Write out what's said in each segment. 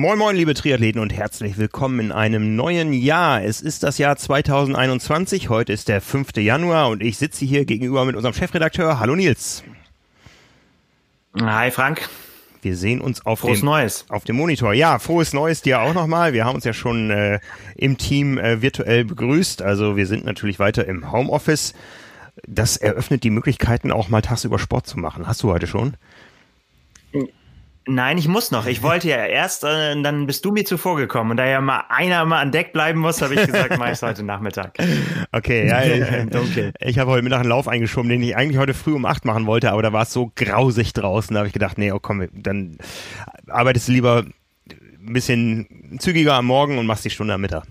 Moin moin liebe Triathleten und herzlich willkommen in einem neuen Jahr. Es ist das Jahr 2021, heute ist der 5. Januar und ich sitze hier gegenüber mit unserem Chefredakteur. Hallo Nils. Hi Frank. Wir sehen uns auf dem Monitor. Ja, frohes Neues dir auch nochmal. Wir haben uns ja schon im Team virtuell begrüßt. Also wir sind natürlich weiter im Homeoffice. Das eröffnet die Möglichkeiten, auch mal tagsüber Sport zu machen. Hast du heute schon? Nein, ich muss noch. Ich wollte ja erst, dann bist du mir zuvor gekommen. Und da ja mal einer mal an Deck bleiben muss, habe ich gesagt, mache ich es heute Nachmittag. Okay, ja, ich habe heute Mittag einen Lauf eingeschoben, den ich eigentlich heute früh um 8 machen wollte, aber da war es so grausig draußen. Da habe ich gedacht, nee, oh komm, dann arbeitest du lieber ein bisschen zügiger am Morgen und machst die Stunde am Mittag.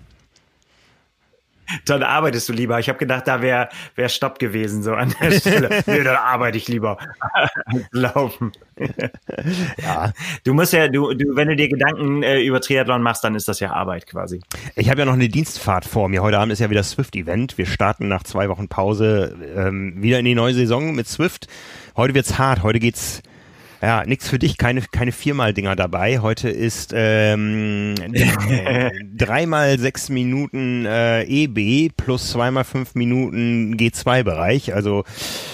Dann arbeitest du lieber. Ich habe gedacht, da wäre Stopp gewesen, so an der Stelle. Nee, dann arbeite ich lieber. Laufen. Ja. Du musst ja, wenn du dir Gedanken über Triathlon machst, dann ist das ja Arbeit quasi. Ich habe ja noch eine Dienstfahrt vor mir. Heute Abend ist ja wieder Swift-Event. Wir starten nach 2 Wochen Pause wieder in die neue Saison mit Swift. Heute wird's hart. Heute geht's nix für dich, keine 4-mal-Dinger dabei. Heute ist 3x6 Minuten EB plus 2x5 Minuten G2-Bereich. Also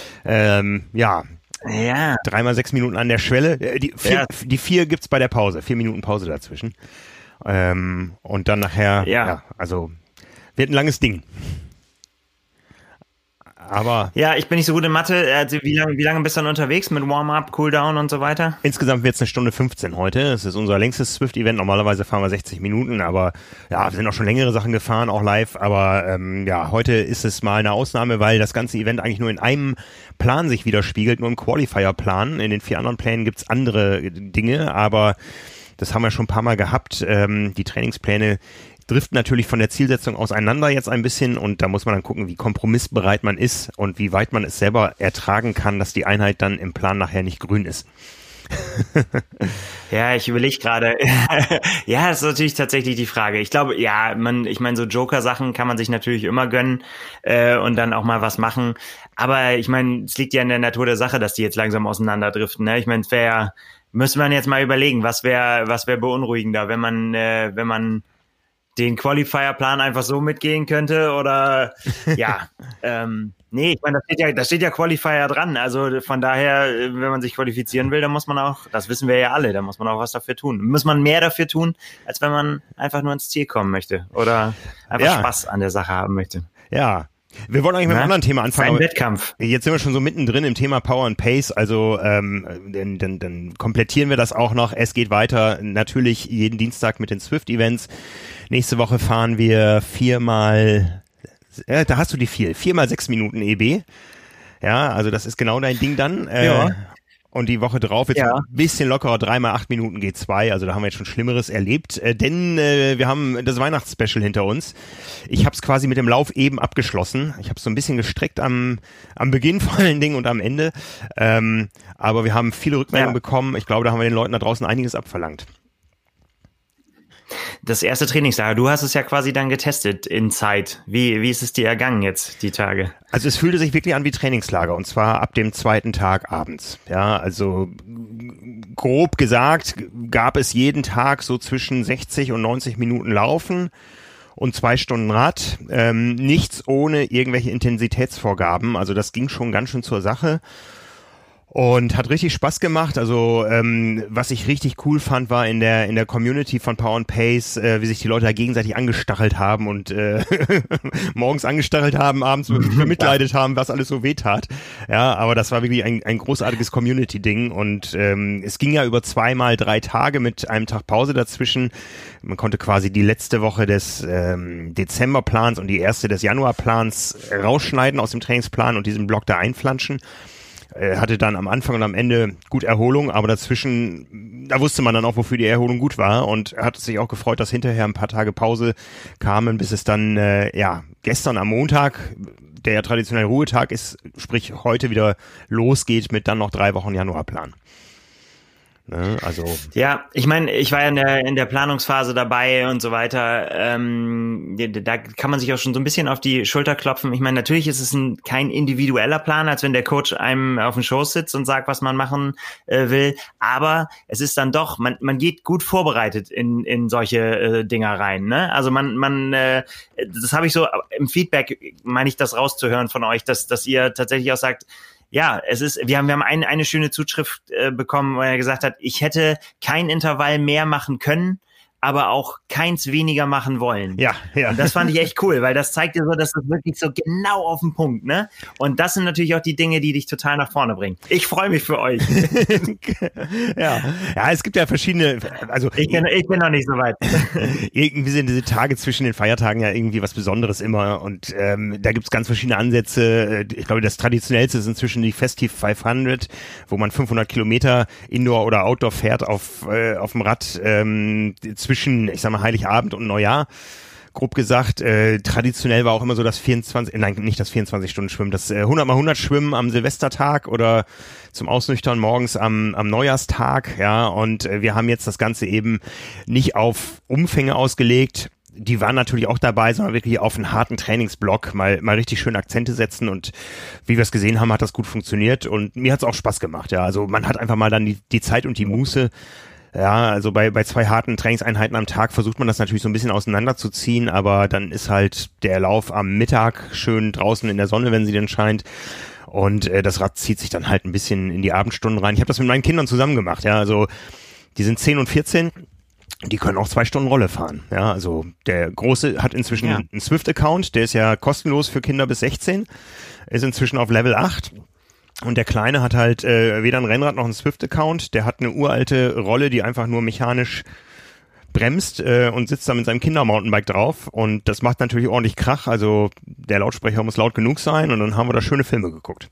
3x6 Minuten an der Schwelle. Die 4 gibt's bei der Pause. 4 Minuten Pause dazwischen. Und dann nachher, also wird ein langes Ding. Aber ja, ich bin nicht so gut in Mathe. Also wie lange bist du dann unterwegs mit Warm-up, Cooldown und so weiter? Insgesamt wird es 1 Stunde 15 heute. Es ist unser längstes Swift-Event. Normalerweise fahren wir 60 Minuten, aber ja, wir sind auch schon längere Sachen gefahren, auch live. Aber heute ist es mal eine Ausnahme, weil das ganze Event eigentlich nur in einem Plan sich widerspiegelt, nur im Qualifier-Plan. In den 4 anderen Plänen gibt's andere Dinge, aber das haben wir schon ein paar Mal gehabt. Die Trainingspläne driften natürlich von der Zielsetzung auseinander jetzt ein bisschen und da muss man dann gucken, wie kompromissbereit man ist und wie weit man es selber ertragen kann, dass die Einheit dann im Plan nachher nicht grün ist. Ja, ich überlege gerade. Ja, das ist natürlich tatsächlich die Frage. Ich glaube, ich meine, so Joker-Sachen kann man sich natürlich immer gönnen und dann auch mal was machen. Aber ich meine, es liegt ja in der Natur der Sache, dass die jetzt langsam auseinanderdriften. Ne? Ich meine, müsste man jetzt mal überlegen, was wäre beunruhigender, wenn man den Qualifier-Plan einfach so mitgehen könnte oder nee, ich meine, da steht ja Qualifier dran, also von daher, wenn man sich qualifizieren will, dann muss man auch, das wissen wir ja alle, da muss man auch was dafür tun. Muss man mehr dafür tun, als wenn man einfach nur ins Ziel kommen möchte oder einfach Spaß an der Sache haben möchte. Ja. Wir wollen eigentlich mit einem anderen Thema anfangen. Ein Wettkampf. Jetzt sind wir schon so mittendrin im Thema Power and Pace, also dann komplettieren wir das auch noch. Es geht weiter, natürlich jeden Dienstag mit den Swift-Events. Nächste Woche fahren wir 4x6 Minuten EB. Ja, also das ist genau dein Ding dann. Und die Woche drauf jetzt ein bisschen lockerer, 3x8 Minuten G2, also da haben wir jetzt schon Schlimmeres erlebt, denn wir haben das Weihnachtsspecial hinter uns. Ich habe es quasi mit dem Lauf eben abgeschlossen. Ich habe es so ein bisschen gestreckt am Beginn vor allen Dingen und am Ende, aber wir haben viele Rückmeldungen bekommen. Ich glaube, da haben wir den Leuten da draußen einiges abverlangt. Das erste Trainingslager, du hast es ja quasi dann getestet in Zeit. Wie ist es dir ergangen jetzt, die Tage? Also es fühlte sich wirklich an wie Trainingslager und zwar ab dem 2. Tag abends. Ja, also grob gesagt gab es jeden Tag so zwischen 60 und 90 Minuten Laufen und 2 Stunden Rad. Nichts ohne irgendwelche Intensitätsvorgaben. Also das ging schon ganz schön zur Sache. Und hat richtig Spaß gemacht. Also was ich richtig cool fand, war in der Community von Power and Pace, wie sich die Leute da gegenseitig angestachelt haben und morgens angestachelt haben, abends bemitleidet haben, was alles so wehtat. Ja, aber das war wirklich ein großartiges Community-Ding und es ging ja über 2x3 Tage mit einem Tag Pause dazwischen. Man konnte quasi die letzte Woche des Dezemberplans und die erste des Januarplans rausschneiden aus dem Trainingsplan und diesen Block da einflanschen. Hatte dann am Anfang und am Ende gut Erholung, aber dazwischen, da wusste man dann auch, wofür die Erholung gut war und hat sich auch gefreut, dass hinterher ein paar Tage Pause kamen, bis es dann, gestern am Montag, der ja traditionell Ruhetag ist, sprich heute wieder losgeht mit dann noch 3 Wochen Januarplan. Ne? Also ja, ich meine, ich war ja in der Planungsphase dabei und so weiter. Da kann man sich auch schon so ein bisschen auf die Schulter klopfen. Ich meine, natürlich ist es kein individueller Plan, als wenn der Coach einem auf dem Schoß sitzt und sagt, was man machen will. Aber es ist dann doch, man geht gut vorbereitet in solche Dinger rein. Ne? Also das habe ich so im Feedback, meine ich, das rauszuhören von euch, dass ihr tatsächlich auch sagt, ja, wir haben eine schöne Zuschrift bekommen, wo er gesagt hat, ich hätte kein Intervall mehr machen können, aber auch keins weniger machen wollen. Ja. Und das fand ich echt cool, weil das zeigt dir so, dass das wirklich so genau auf den Punkt, ne? Und das sind natürlich auch die Dinge, die dich total nach vorne bringen. Ich freue mich für euch. Ja, es gibt ja verschiedene, also ich bin noch nicht so weit. Irgendwie sind diese Tage zwischen den Feiertagen ja irgendwie was Besonderes immer und da gibt's ganz verschiedene Ansätze. Ich glaube, das traditionellste ist inzwischen die Festive 500, wo man 500 Kilometer Indoor oder Outdoor fährt auf dem Rad zwischen, ich sag mal, Heiligabend und Neujahr. Grob gesagt, traditionell war auch immer so das 24-Stunden-Schwimmen, das 100x100 Schwimmen am Silvestertag oder zum Ausnüchtern morgens am Neujahrstag, ja, und wir haben jetzt das Ganze eben nicht auf Umfänge ausgelegt. Die waren natürlich auch dabei, sondern wirklich auf einen harten Trainingsblock mal richtig schön Akzente setzen und wie wir es gesehen haben, hat das gut funktioniert und mir hat es auch Spaß gemacht, ja, also man hat einfach mal dann die Zeit und die Muße. Ja, also bei 2 harten Trainingseinheiten am Tag versucht man das natürlich so ein bisschen auseinanderzuziehen, aber dann ist halt der Lauf am Mittag schön draußen in der Sonne, wenn sie denn scheint. Und das Rad zieht sich dann halt ein bisschen in die Abendstunden rein. Ich habe das mit meinen Kindern zusammen gemacht, ja, also die sind 10 und 14, die können auch 2 Stunden Rolle fahren. Ja, also der Große hat inzwischen einen Swift-Account, der ist ja kostenlos für Kinder bis 16, ist inzwischen auf Level 8. Und der Kleine hat halt weder ein Rennrad noch einen Swift-Account. Der hat eine uralte Rolle, die einfach nur mechanisch bremst und sitzt da mit seinem Kinder-Mountainbike drauf. Und das macht natürlich ordentlich Krach. Also der Lautsprecher muss laut genug sein. Und dann haben wir da schöne Filme geguckt.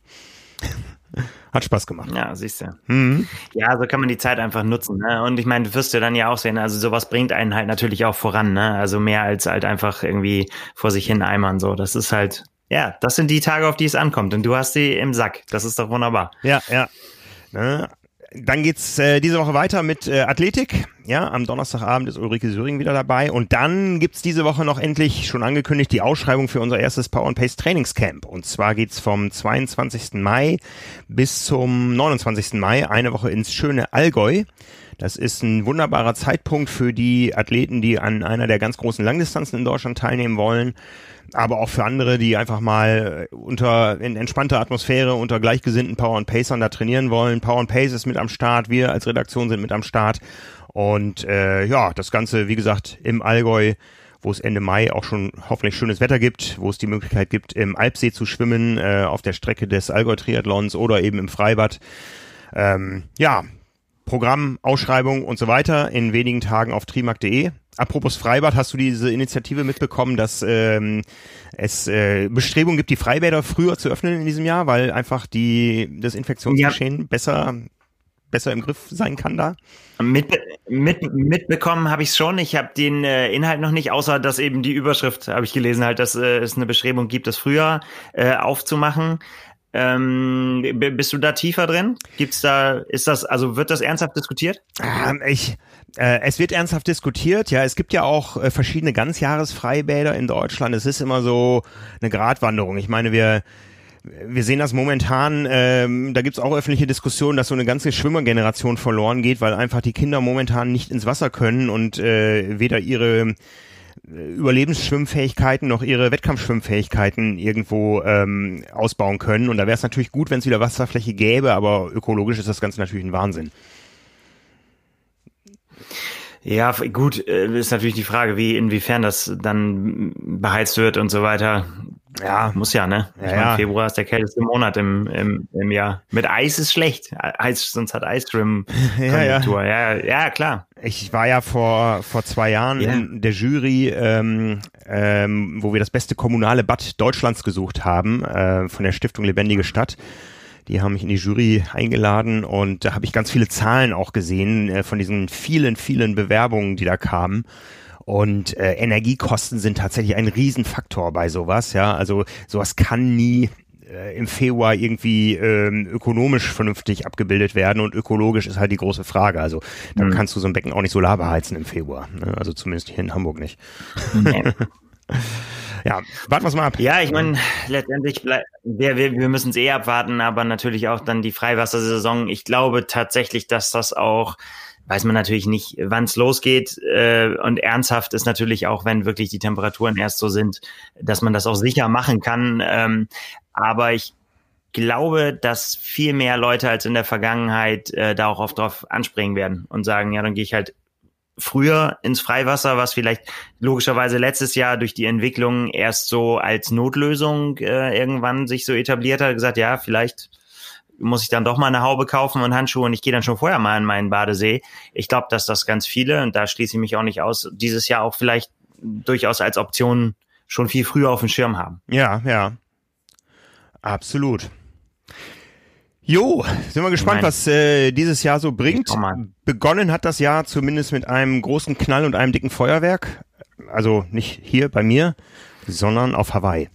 Hat Spaß gemacht. Ja, siehst du. Ja, so kann man die Zeit einfach nutzen. Ne? Und ich meine, du wirst ja dann ja auch sehen, also sowas bringt einen halt natürlich auch voran. Ne? Also mehr als halt einfach irgendwie vor sich hin eimern. So, das ist halt... Ja, das sind die Tage, auf die es ankommt. Und du hast sie im Sack. Das ist doch wunderbar. Ja. Ne? Dann geht's diese Woche weiter mit Athletik. Ja, am Donnerstagabend ist Ulrike Söring wieder dabei. Und dann gibt's diese Woche noch endlich, schon angekündigt, die Ausschreibung für unser erstes Power and Pace Trainingscamp. Und zwar geht's vom 22. Mai bis zum 29. Mai, eine Woche ins schöne Allgäu. Das ist ein wunderbarer Zeitpunkt für die Athleten, die an einer der ganz großen Langdistanzen in Deutschland teilnehmen wollen. Aber auch für andere, die einfach mal in entspannter Atmosphäre unter gleichgesinnten Power and Pacern da trainieren wollen. Power and Pace ist mit am Start, wir als Redaktion sind mit am Start. Und das Ganze, wie gesagt, im Allgäu, wo es Ende Mai auch schon hoffentlich schönes Wetter gibt, wo es die Möglichkeit gibt, im Alpsee zu schwimmen, auf der Strecke des Allgäu-Triathlons oder eben im Freibad. Programm, Ausschreibung und so weiter in wenigen Tagen auf trimark.de. Apropos Freibad, hast du diese Initiative mitbekommen, dass es Bestrebungen gibt, die Freibäder früher zu öffnen in diesem Jahr, weil einfach das Infektionsgeschehen besser im Griff sein kann da? Mitbekommen habe ich es schon. Ich habe den Inhalt noch nicht, außer dass eben die Überschrift habe ich gelesen, halt, dass es eine Bestrebung gibt, das früher aufzumachen. Bist du da tiefer drin? Wird das ernsthaft diskutiert? Es wird ernsthaft diskutiert, ja. Es gibt ja auch verschiedene Ganzjahresfreibäder in Deutschland. Es ist immer so eine Gratwanderung. Ich meine, wir sehen das momentan, da gibt's auch öffentliche Diskussionen, dass so eine ganze Schwimmergeneration verloren geht, weil einfach die Kinder momentan nicht ins Wasser können und weder ihre Überlebensschwimmfähigkeiten noch ihre Wettkampfschwimmfähigkeiten irgendwo ausbauen können. Und da wäre es natürlich gut, wenn es wieder Wasserfläche gäbe, aber ökologisch ist das Ganze natürlich ein Wahnsinn. Ja, gut, ist natürlich die Frage, inwiefern das dann beheizt wird und so weiter. Ja, muss ja, ne? Ich meine, Februar ist der kälteste Monat im Jahr. Mit Eis ist schlecht. Sonst hat Eisschwimmen Konjunktur. Ja, klar. Ich war ja vor 2 Jahren in der Jury, wo wir das beste kommunale Bad Deutschlands gesucht haben, von der Stiftung Lebendige Stadt. Die haben mich in die Jury eingeladen und da habe ich ganz viele Zahlen auch gesehen von diesen vielen, vielen Bewerbungen, die da kamen. Und Energiekosten sind tatsächlich ein Riesenfaktor bei sowas, ja. Also sowas kann nie im Februar irgendwie ökonomisch vernünftig abgebildet werden und ökologisch ist halt die große Frage. Also da kannst du so ein Becken auch nicht solar beheizen im Februar, ne? Also zumindest hier in Hamburg nicht. Nee. Ja, warten wir es mal ab. Ja, ich meine, letztendlich wir müssen es abwarten, aber natürlich auch dann die Freiwassersaison. Ich glaube tatsächlich, dass das auch, weiß man natürlich nicht, wann es losgeht, und ernsthaft ist natürlich auch, wenn wirklich die Temperaturen erst so sind, dass man das auch sicher machen kann. Aber ich glaube, dass viel mehr Leute als in der Vergangenheit da auch oft drauf anspringen werden und sagen, ja, dann gehe ich halt früher ins Freiwasser, was vielleicht logischerweise letztes Jahr durch die Entwicklung erst so als Notlösung irgendwann sich so etabliert hat, gesagt, ja, vielleicht muss ich dann doch mal eine Haube kaufen und Handschuhe und ich gehe dann schon vorher mal in meinen Badesee. Ich glaube, dass das ganz viele, und da schließe ich mich auch nicht aus, dieses Jahr auch vielleicht durchaus als Option schon viel früher auf dem Schirm haben. Ja, ja. Absolut. Jo, sind wir gespannt, was dieses Jahr so bringt. Begonnen hat das Jahr zumindest mit einem großen Knall und einem dicken Feuerwerk. Also nicht hier bei mir, sondern auf Hawaii.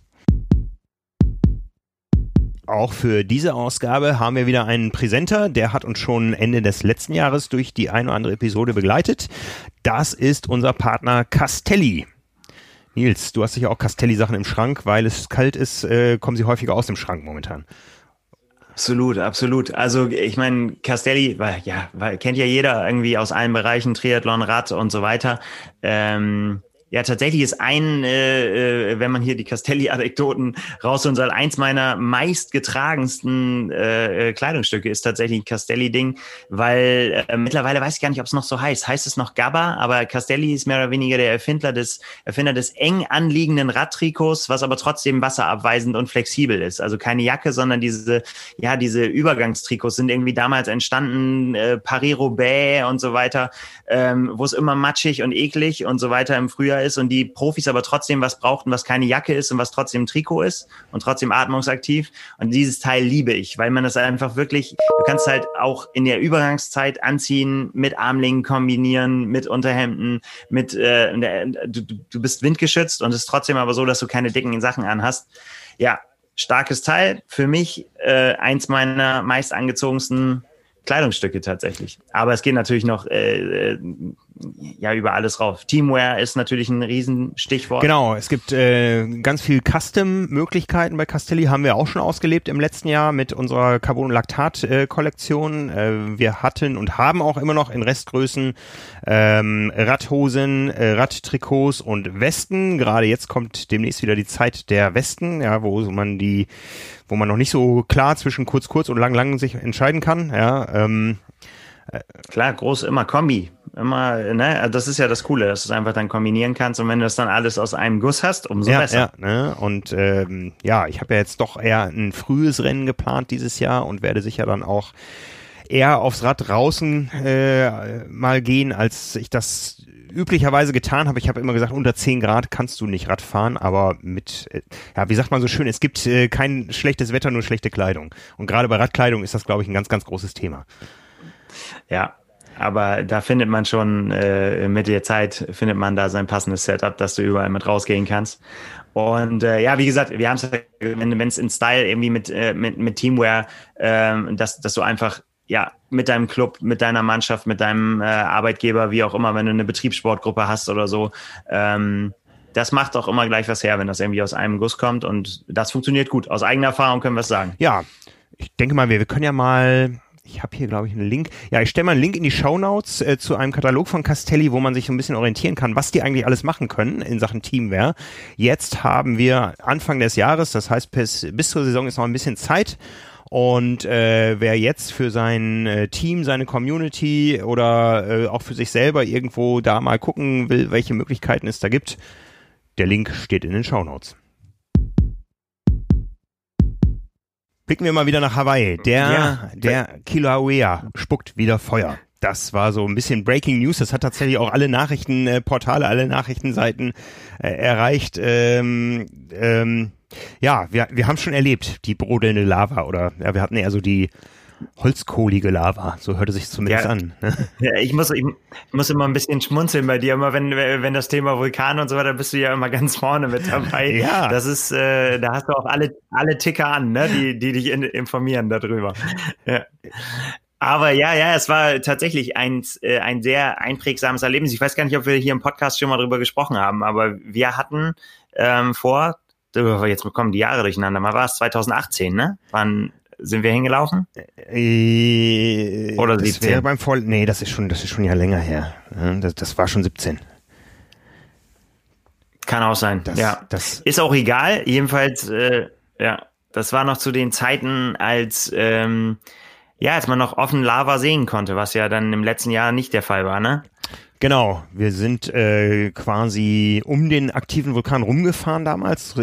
Auch für diese Ausgabe haben wir wieder einen Präsenter, der hat uns schon Ende des letzten Jahres durch die eine oder andere Episode begleitet. Das ist unser Partner Castelli. Nils, du hast sicher auch Castelli-Sachen im Schrank, weil es kalt ist, kommen sie häufiger aus dem Schrank momentan. Absolut, absolut. Also ich meine, Castelli, kennt ja jeder irgendwie aus allen Bereichen, Triathlon, Rad und so weiter. Ja, tatsächlich ist wenn man hier die Castelli-Anekdoten rausholen soll, eins meiner meistgetragensten Kleidungsstücke ist tatsächlich ein Castelli-Ding, weil mittlerweile weiß ich gar nicht, ob es noch so heißt. Heißt es noch Gabba? Aber Castelli ist mehr oder weniger der Erfinder des eng anliegenden Radtrikots, was aber trotzdem wasserabweisend und flexibel ist. Also keine Jacke, sondern diese Übergangstrikots sind irgendwie damals entstanden, Paris-Roubaix und so weiter, wo es immer matschig und eklig und so weiter im Frühjahr ist und die Profis aber trotzdem was brauchten, was keine Jacke ist und was trotzdem ein Trikot ist und trotzdem atmungsaktiv. Und dieses Teil liebe ich, weil man das einfach wirklich, du kannst halt auch in der Übergangszeit anziehen, mit Armlingen kombinieren, mit Unterhemden, du bist windgeschützt und es ist trotzdem aber so, dass du keine dicken Sachen anhast. Ja, starkes Teil. Für mich eins meiner meist angezogensten Kleidungsstücke tatsächlich. Aber es geht natürlich noch über alles rauf. Teamwear ist natürlich ein Riesenstichwort. Genau, es gibt ganz viel Custom-Möglichkeiten bei Castelli, haben wir auch schon ausgelebt im letzten Jahr mit unserer Carbon-Lactat-Kollektion. Wir hatten und haben auch immer noch in Restgrößen Radhosen, Radtrikots und Westen. Gerade jetzt kommt demnächst wieder die Zeit der Westen, ja, wo man noch nicht so klar zwischen kurz und lang sich entscheiden kann, ja. Klar, groß, immer Kombi. Immer, ne, das ist ja das Coole, dass du es einfach dann kombinieren kannst und wenn du das dann alles aus einem Guss hast, umso besser. Ja, ne? Und ich habe ja jetzt doch eher ein frühes Rennen geplant dieses Jahr und werde sicher dann auch eher aufs Rad draußen mal gehen, als ich das üblicherweise getan habe. Ich habe immer gesagt, unter 10 Grad kannst du nicht Rad fahren, aber wie sagt man so schön, es gibt kein schlechtes Wetter, nur schlechte Kleidung. Und gerade bei Radkleidung ist das, glaube ich, ein ganz, ganz großes Thema. Ja, aber da findet man schon, mit der Zeit findet man da sein passendes Setup, dass du überall mit rausgehen kannst. Und wie gesagt, wir haben es, wenn es in Style irgendwie mit Teamwear, dass du einfach mit deinem Club, mit deiner Mannschaft, mit deinem Arbeitgeber, wie auch immer, wenn du eine Betriebssportgruppe hast oder so, das macht auch immer gleich was her, wenn das irgendwie aus einem Guss kommt und das funktioniert gut. Aus eigener Erfahrung können wir es sagen. Ja, ich denke mal, wir können ja mal... Ich habe hier, glaube ich, einen Link. Ja, ich stelle mal einen Link in die Shownotes zu einem Katalog von Castelli, wo man sich so ein bisschen orientieren kann, was die eigentlich alles machen können in Sachen Teamwear. Jetzt haben wir Anfang des Jahres, das heißt bis zur Saison ist noch ein bisschen Zeit. Und wer jetzt für sein Team, seine Community oder auch für sich selber irgendwo da mal gucken will, welche Möglichkeiten es da gibt, der Link steht in den Shownotes. Blicken wir mal wieder nach Hawaii. Der Kilauea spuckt wieder Feuer. Das war so ein bisschen Breaking News. Das hat tatsächlich auch alle Nachrichtenportale, alle Nachrichtenseiten erreicht. Wir haben schon erlebt, die brodelnde Lava wir hatten eher so die holzkohlige Lava, so hörte sich zumindest an. Ne? Ja, ich muss immer ein bisschen schmunzeln bei dir, immer wenn das Thema Vulkan und so weiter, bist du ja immer ganz vorne mit dabei. Ja. Das ist, da hast du auch alle Ticker an, ne, die dich informieren darüber. Ja. Aber ja, es war tatsächlich ein sehr einprägsames Erlebnis. Ich weiß gar nicht, ob wir hier im Podcast schon mal drüber gesprochen haben, aber wir hatten jetzt bekommen die Jahre durcheinander, mal war es 2018, ne? Wann sind wir hingelaufen? Oder 17? Das wäre beim nee, das ist schon ein Jahr länger her. Das war schon 17. Kann auch sein, Das ist auch egal, jedenfalls, das war noch zu den Zeiten, als man noch offen Lava sehen konnte, was ja dann im letzten Jahr nicht der Fall war, ne? Genau, wir sind quasi um den aktiven Vulkan rumgefahren damals,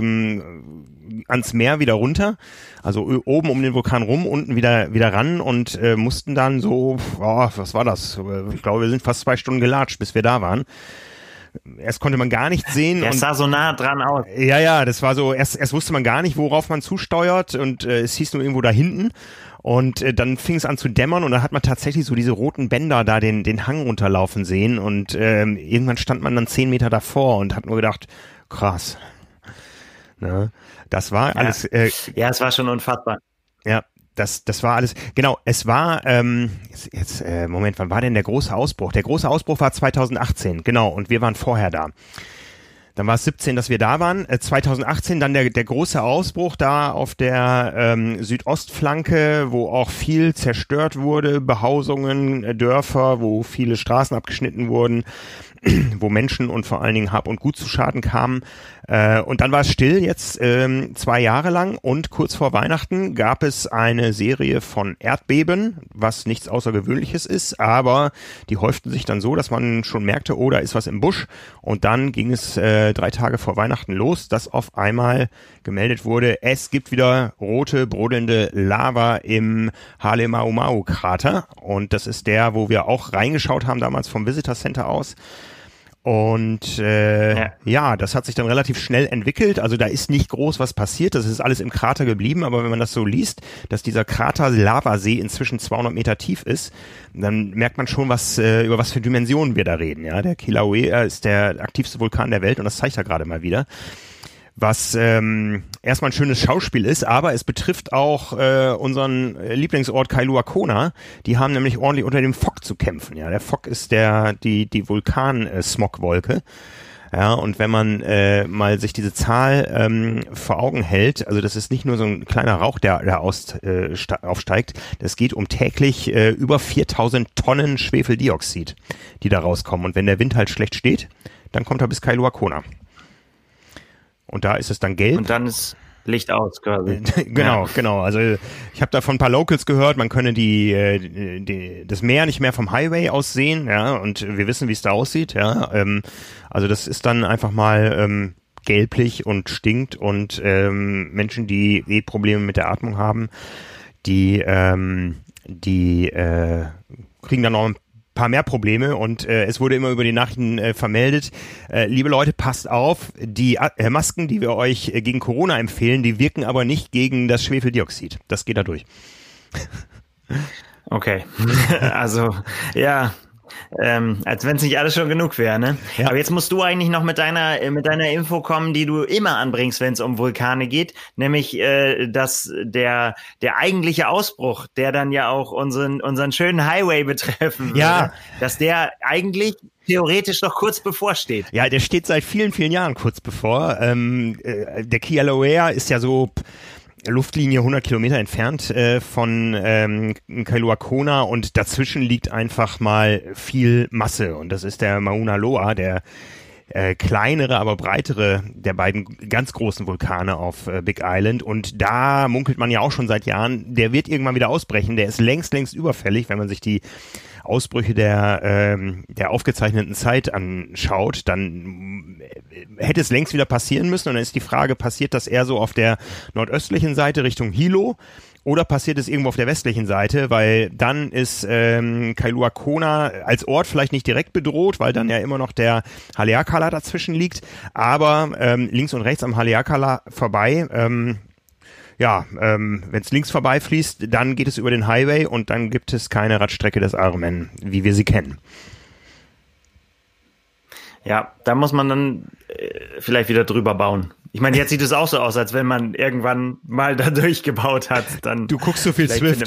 ans Meer wieder runter, also oben um den Vulkan rum, unten wieder ran und mussten dann so, was war das? Ich glaube, wir sind fast 2 Stunden gelatscht, bis wir da waren. Erst konnte man gar nichts sehen. Es sah so nah dran aus. Ja, das war so, erst wusste man gar nicht, worauf man zusteuert und es hieß nur irgendwo da hinten. Und dann fing es an zu dämmern und dann hat man tatsächlich so diese roten Bänder da den Hang runterlaufen sehen und irgendwann stand man dann 10 Meter davor und hat nur gedacht, krass. Ne? Das war alles. Es war schon unfassbar. Ja, das war alles. Genau, es war Moment, wann war denn der große Ausbruch? Der große Ausbruch war 2018, genau, und wir waren vorher da. Dann war es 17, dass wir da waren. 2018 dann der große Ausbruch da auf der Südostflanke, wo auch viel zerstört wurde, Behausungen, Dörfer, wo viele Straßen abgeschnitten wurden, wo Menschen und vor allen Dingen Hab und Gut zu Schaden kamen. Und dann war es still jetzt 2 Jahre lang und kurz vor Weihnachten gab es eine Serie von Erdbeben, was nichts Außergewöhnliches ist, aber die häuften sich dann so, dass man schon merkte, da ist was im Busch, und dann ging es 3 Tage vor Weihnachten los, dass auf einmal gemeldet wurde, es gibt wieder rote, brodelnde Lava im Halemaumau-Krater, und das ist der, wo wir auch reingeschaut haben damals vom Visitor Center aus. Und das hat sich dann relativ schnell entwickelt. Also da ist nicht groß was passiert. Das ist alles im Krater geblieben. Aber wenn man das so liest, dass dieser Krater-Lavasee inzwischen 200 Meter tief ist, dann merkt man schon, über was für Dimensionen wir da reden. Ja, der Kilauea ist der aktivste Vulkan der Welt und das zeigt er gerade mal wieder. Was erstmal ein schönes Schauspiel ist, aber es betrifft auch unseren Lieblingsort Kailua Kona. Die haben nämlich ordentlich unter dem Fog zu kämpfen. Ja, der Fog ist die Vulkan-Smogwolke. Ja, und wenn man mal sich diese Zahl vor Augen hält, also das ist nicht nur so ein kleiner Rauch, der aufsteigt, das geht um täglich über 4000 Tonnen Schwefeldioxid, die da rauskommen. Und wenn der Wind halt schlecht steht, dann kommt er bis Kailua Kona. Und da ist es dann gelb. Und dann ist Licht aus quasi. Genau. Also ich habe da von ein paar Locals gehört, man könne das Meer nicht mehr vom Highway aus sehen, ja, und wir wissen, wie es da aussieht, ja. Also das ist dann einfach mal gelblich und stinkt, und Menschen, die Probleme mit der Atmung haben, die kriegen dann noch ein paar mehr Probleme, und es wurde immer über die Nachrichten vermeldet, liebe Leute, passt auf, die Masken, die wir euch gegen Corona empfehlen, die wirken aber nicht gegen das Schwefeldioxid. Das geht da durch. Okay, also ja, als wenn es nicht alles schon genug wäre, ne? Ja. Aber jetzt musst du eigentlich noch mit deiner Info kommen, die du immer anbringst, wenn es um Vulkane geht, nämlich dass der eigentliche Ausbruch, der dann ja auch unseren schönen Highway betreffen würde, ja, dass der eigentlich theoretisch noch kurz bevorsteht. Ja, der steht seit vielen, vielen Jahren kurz bevor. Der Kilauea ist ja so Luftlinie 100 Kilometer entfernt von Kailua Kona, und dazwischen liegt einfach mal viel Masse, und das ist der Mauna Loa, der kleinere, aber breitere der beiden ganz großen Vulkane auf Big Island, und da munkelt man ja auch schon seit Jahren, der wird irgendwann wieder ausbrechen, der ist längst überfällig, wenn man sich die Ausbrüche der aufgezeichneten Zeit anschaut, dann hätte es längst wieder passieren müssen, und dann ist die Frage, passiert das eher so auf der nordöstlichen Seite Richtung Hilo, oder passiert es irgendwo auf der westlichen Seite, weil dann ist Kailua Kona als Ort vielleicht nicht direkt bedroht, weil dann ja immer noch der Haleakala dazwischen liegt, aber links und rechts am Haleakala vorbei wenn es links vorbeifließt, dann geht es über den Highway und dann gibt es keine Radstrecke des Ironman, wie wir sie kennen. Ja, da muss man dann vielleicht wieder drüber bauen. Ich meine, jetzt sieht es auch so aus, als wenn man irgendwann mal da durchgebaut hat. Dann du guckst so viel Zwift,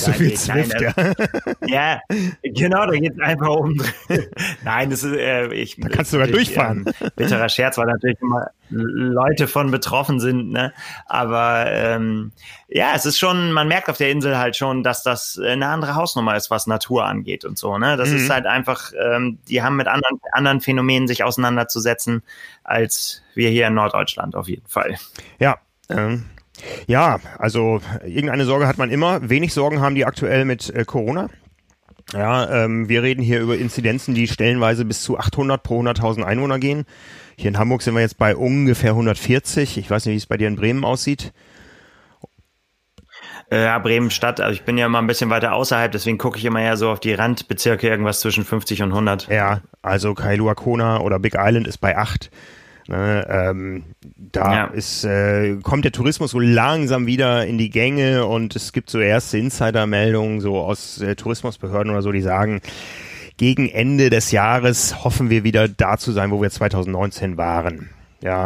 ja, genau, da geht es einfach um. Nein, das ist, da kannst du sogar durchfahren. Bitterer Scherz, weil natürlich immer Leute von betroffen sind, ne? Aber es ist schon, man merkt auf der Insel halt schon, dass das eine andere Hausnummer ist, was Natur angeht und so, ne? Das ist halt einfach, die haben mit anderen Phänomenen sich auseinanderzusetzen, als wir hier in Norddeutschland auf jeden Fall. Ja, also irgendeine Sorge hat man immer. Wenig Sorgen haben die aktuell mit Corona. Ja, wir reden hier über Inzidenzen, die stellenweise bis zu 800 pro 100.000 Einwohner gehen. Hier in Hamburg sind wir jetzt bei ungefähr 140. Ich weiß nicht, wie es bei dir in Bremen aussieht. Ja, Bremen-Stadt, also ich bin ja immer ein bisschen weiter außerhalb, deswegen gucke ich immer ja so auf die Randbezirke, irgendwas zwischen 50 und 100. Ja, also Kailua Kona oder Big Island ist bei 8. Ne, kommt der Tourismus so langsam wieder in die Gänge und es gibt so erste Insider-Meldungen so aus Tourismusbehörden oder so, die sagen, gegen Ende des Jahres hoffen wir wieder da zu sein, wo wir 2019 waren. Ja,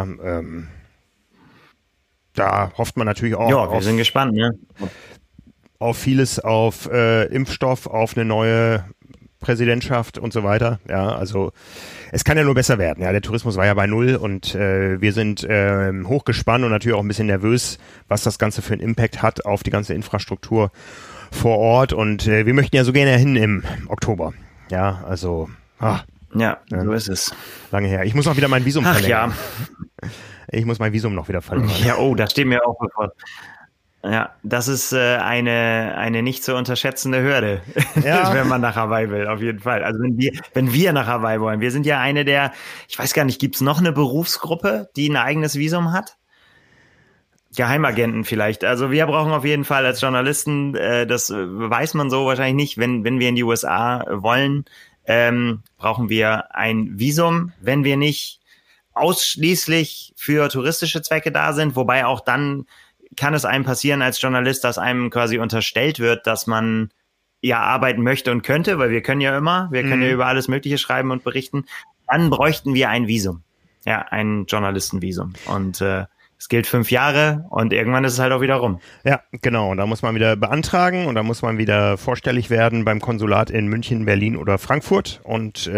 da hofft man natürlich auch. Ja, wir sind gespannt, ne? Auf vieles, auf Impfstoff, auf eine neue Präsidentschaft und so weiter. Ja, also es kann ja nur besser werden. Ja, der Tourismus war ja bei 0 und wir sind hochgespannt und natürlich auch ein bisschen nervös, was das Ganze für einen Impact hat auf die ganze Infrastruktur vor Ort. Und wir möchten ja so gerne hin im Oktober. Ja, also. Ja, so ist es. Lange her. Ich muss auch wieder mein Visum verlängern. Ja. Ich muss mein Visum noch wieder verlängern. Ja, das steht mir auch bevor. Ja, das ist eine nicht zu unterschätzende Hürde, wenn man nach Hawaii will, auf jeden Fall. Also wenn wir nach Hawaii wollen. Wir sind ja eine der, ich weiß gar nicht, gibt's noch eine Berufsgruppe, die ein eigenes Visum hat? Geheimagenten vielleicht. Also wir brauchen auf jeden Fall als Journalisten, das weiß man so wahrscheinlich nicht, wenn wir in die USA wollen, brauchen wir ein Visum, wenn wir nicht ausschließlich für touristische Zwecke da sind, wobei auch dann kann es einem passieren als Journalist, dass einem quasi unterstellt wird, dass man ja arbeiten möchte und könnte, weil wir können ja über alles Mögliche schreiben und berichten. Dann bräuchten wir ein Visum. Ja, ein Journalistenvisum. Und es gilt 5 Jahre und irgendwann ist es halt auch wieder rum. Ja, genau. Und da muss man wieder beantragen und da muss man wieder vorstellig werden beim Konsulat in München, Berlin oder Frankfurt und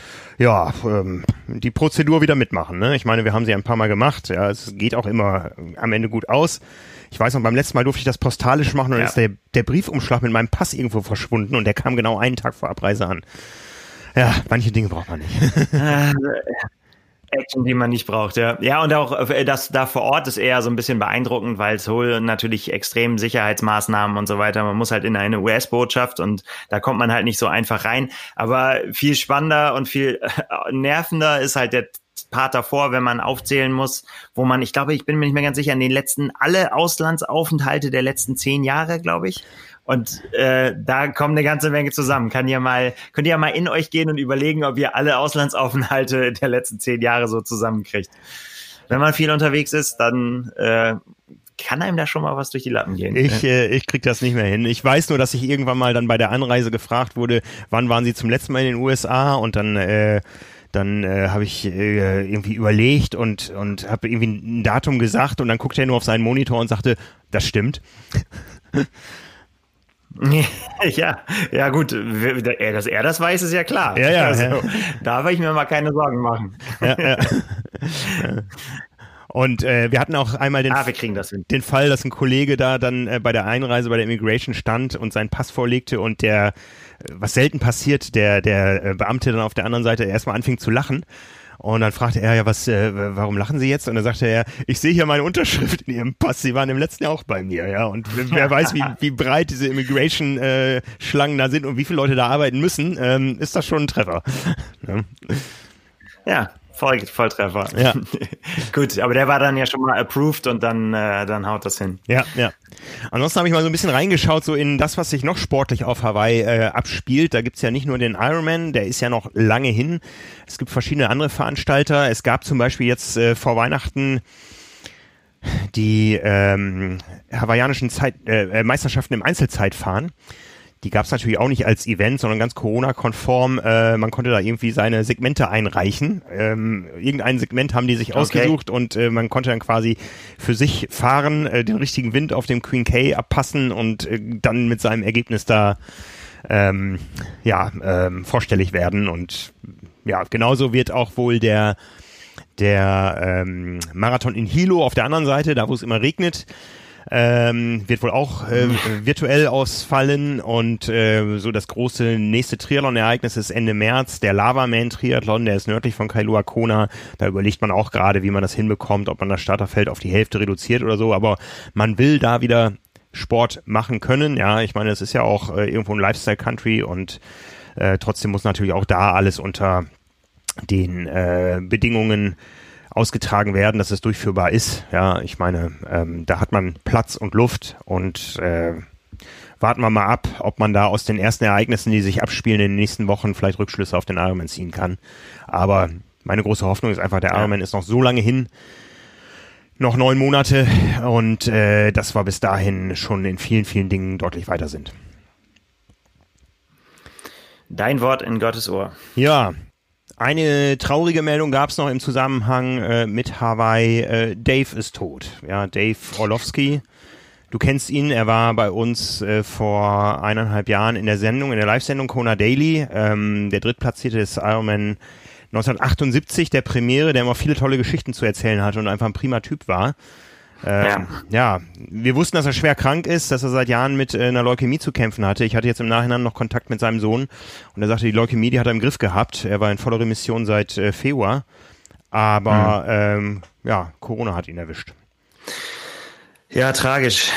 die Prozedur wieder mitmachen. Ne? Ich meine, wir haben sie ein paar Mal gemacht. Ja, es geht auch immer am Ende gut aus. Ich weiß noch, beim letzten Mal durfte ich das postalisch machen und dann ist der Briefumschlag mit meinem Pass irgendwo verschwunden und der kam genau einen Tag vor Abreise an. Ja, manche Dinge braucht man nicht. Action, die man nicht braucht, ja. Ja, und auch das da vor Ort ist eher so ein bisschen beeindruckend, weil es wohl natürlich extrem Sicherheitsmaßnahmen und so weiter. Man muss halt in eine US-Botschaft und da kommt man halt nicht so einfach rein. Aber viel spannender und viel nervender ist halt der Part davor, wenn man aufzählen muss, wo man, ich glaube, ich bin mir nicht mehr ganz sicher, alle Auslandsaufenthalte der letzten 10 Jahre, glaube ich. Und da kommt eine ganze Menge zusammen. Könnt ihr mal in euch gehen und überlegen, ob ihr alle Auslandsaufenthalte der letzten 10 Jahre so zusammenkriegt. Wenn man viel unterwegs ist, dann kann einem da schon mal was durch die Lappen gehen. Ich krieg das nicht mehr hin. Ich weiß nur, dass ich irgendwann mal dann bei der Anreise gefragt wurde, wann waren Sie zum letzten Mal in den USA? Und dann habe ich irgendwie überlegt und habe irgendwie ein Datum gesagt und dann guckte er nur auf seinen Monitor und sagte, das stimmt. Ja gut, dass er das weiß, ist ja klar. Ja. Da will ich mir mal keine Sorgen machen. Ja. Und wir hatten auch einmal den Fall, dass ein Kollege da dann bei der Einreise bei der Immigration stand und seinen Pass vorlegte und was selten passiert, der Beamte dann auf der anderen Seite erstmal anfing zu lachen. Und dann fragte er, warum lachen Sie jetzt? Und dann sagte er, ich sehe hier meine Unterschrift in Ihrem Pass. Sie waren im letzten Jahr auch bei mir, ja. Und wer weiß, wie breit diese Immigration-Schlangen da sind und wie viele Leute da arbeiten müssen, ist das schon ein Treffer. Ja, Volltreffer. Ja. Gut, aber der war dann ja schon mal approved und dann haut das hin. Ja. Ansonsten habe ich mal so ein bisschen reingeschaut, so in das, was sich noch sportlich auf Hawaii abspielt. Da gibt's ja nicht nur den Ironman, der ist ja noch lange hin. Es gibt verschiedene andere Veranstalter. Es gab zum Beispiel jetzt vor Weihnachten die hawaiianischen Meisterschaften im Einzelzeitfahren. Die gab es natürlich auch nicht als Event, sondern ganz Corona-konform. Man konnte da irgendwie seine Segmente einreichen. Irgendein Segment haben die sich ausgesucht und man konnte dann quasi für sich fahren, den richtigen Wind auf dem Queen K abpassen und dann mit seinem Ergebnis da vorstellig werden. Und ja, genauso wird auch wohl der Marathon in Hilo auf der anderen Seite, da wo es immer regnet, wird wohl auch virtuell ausfallen und so das große nächste Triathlon-Ereignis ist Ende März, der Lavaman-Triathlon, der ist nördlich von Kailua Kona. Da überlegt man auch gerade, wie man das hinbekommt, ob man das Starterfeld auf die Hälfte reduziert oder so, aber man will da wieder Sport machen können. Ja, ich meine, es ist ja auch irgendwo ein Lifestyle-Country und trotzdem muss natürlich auch da alles unter den Bedingungen ausgetragen werden, dass es durchführbar ist. Ja, ich meine, da hat man Platz und Luft und warten wir mal ab, ob man da aus den ersten Ereignissen, die sich abspielen in den nächsten Wochen, vielleicht Rückschlüsse auf den Ironman ziehen kann. Aber meine große Hoffnung ist einfach, der Ironman ist noch so lange hin, noch 9 Monate und dass wir bis dahin schon in vielen, vielen Dingen deutlich weiter sind. Dein Wort in Gottes Ohr. Ja, eine traurige Meldung gab es noch im Zusammenhang mit Hawaii. Dave ist tot. Ja, Dave Orlovsky. Du kennst ihn. Er war bei uns vor 1,5 Jahren in der Sendung, in der Live-Sendung Kona Daily. Der Drittplatzierte des Ironman 1978, der Premiere, der immer viele tolle Geschichten zu erzählen hatte und einfach ein prima Typ war. Ja, wir wussten, dass er schwer krank ist, dass er seit Jahren mit einer Leukämie zu kämpfen hatte. Ich hatte jetzt im Nachhinein noch Kontakt mit seinem Sohn und er sagte, die Leukämie, die hat er im Griff gehabt. Er war in voller Remission seit Februar, aber Corona hat ihn erwischt. Ja, tragisch.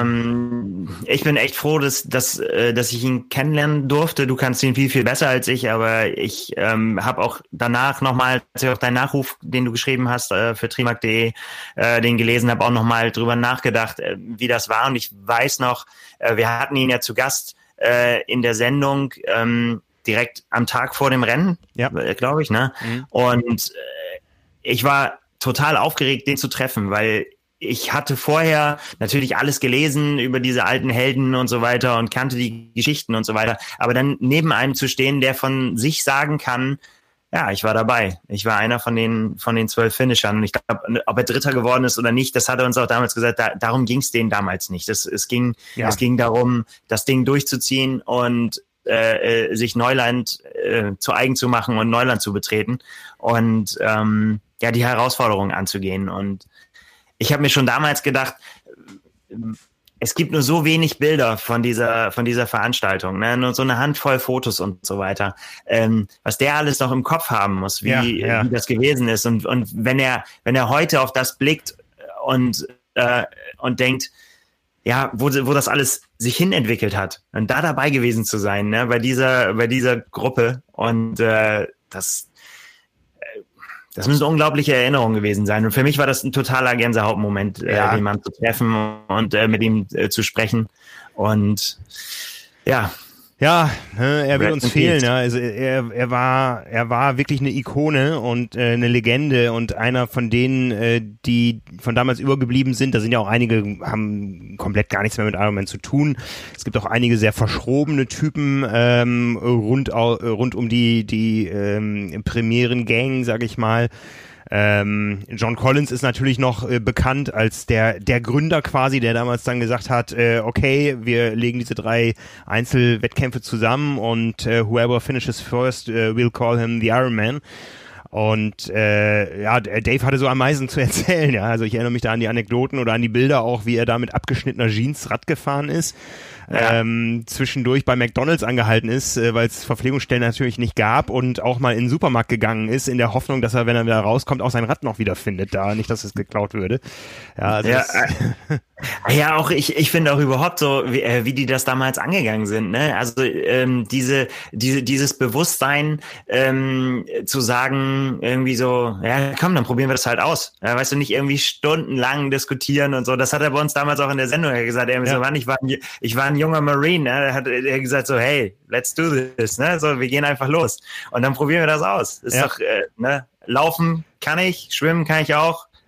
Ich bin echt froh, dass ich ihn kennenlernen durfte. Du kannst ihn viel, viel besser als ich, aber ich habe auch danach nochmal, als ich auch deinen Nachruf, den du geschrieben hast für trimark.de, den gelesen habe, auch nochmal drüber nachgedacht, wie das war. Und ich weiß noch, wir hatten ihn ja zu Gast in der Sendung direkt am Tag vor dem Rennen, glaube ich, ne? Mhm. Und ich war total aufgeregt, den zu treffen, weil ich hatte vorher natürlich alles gelesen über diese alten Helden und so weiter und kannte die Geschichten und so weiter. Aber dann neben einem zu stehen, der von sich sagen kann, ja, ich war dabei. Ich war einer von den 12 Finishern. Und ich glaube, ob er Dritter geworden ist oder nicht, das hat er uns auch damals gesagt, darum ging es denen damals nicht. Es ging darum, das Ding durchzuziehen und sich Neuland zu eigen zu machen und Neuland zu betreten und die Herausforderungen anzugehen. Und ich habe mir schon damals gedacht, es gibt nur so wenig Bilder von dieser Veranstaltung, ne? Nur so eine Handvoll Fotos und so weiter. Was der alles noch im Kopf haben muss, wie das gewesen ist. Und wenn er heute auf das blickt und denkt, ja, wo das alles sich hinentwickelt hat und da dabei gewesen zu sein, ne? Bei dieser Gruppe und das müssen unglaubliche Erinnerungen gewesen sein. Und für mich war das ein totaler Gänsehautmoment, den Mann zu treffen und mit ihm zu sprechen. Und ja. Ja, er wird uns fehlen. Ja. Also er war wirklich eine Ikone und eine Legende und einer von denen, die von damals übergeblieben sind. Da sind ja auch einige, haben komplett gar nichts mehr mit Ironman zu tun. Es gibt auch einige sehr verschrobene Typen rund um die Premieren-Gang, sag ich mal. John Collins ist natürlich noch bekannt als der Gründer quasi, der damals dann gesagt hat, okay, wir legen diese 3 Einzelwettkämpfe zusammen und whoever finishes first, we'll call him the Iron Man. Und Dave hatte so am meisten zu erzählen, ja. Also ich erinnere mich da an die Anekdoten oder an die Bilder auch, wie er da mit abgeschnittener Jeans Rad gefahren ist. Zwischendurch bei McDonald's angehalten ist, weil es Verpflegungsstellen natürlich nicht gab und auch mal in den Supermarkt gegangen ist, in der Hoffnung, dass er, wenn er wieder rauskommt, auch sein Rad noch wieder findet, da nicht, dass es geklaut würde. Ja, also auch ich finde auch überhaupt so, wie die das damals angegangen sind, ne? Also dieses Bewusstsein zu sagen, irgendwie so, ja komm, dann probieren wir das halt aus. Ja, weißt du, nicht irgendwie stundenlang diskutieren und so. Das hat er bei uns damals auch in der Sendung gesagt. Ich war ein junger Marine, ne? Da hat er gesagt so, hey, let's do this, ne? So, wir gehen einfach los. Und dann probieren wir das aus. Ist doch, Laufen kann ich, schwimmen kann ich auch,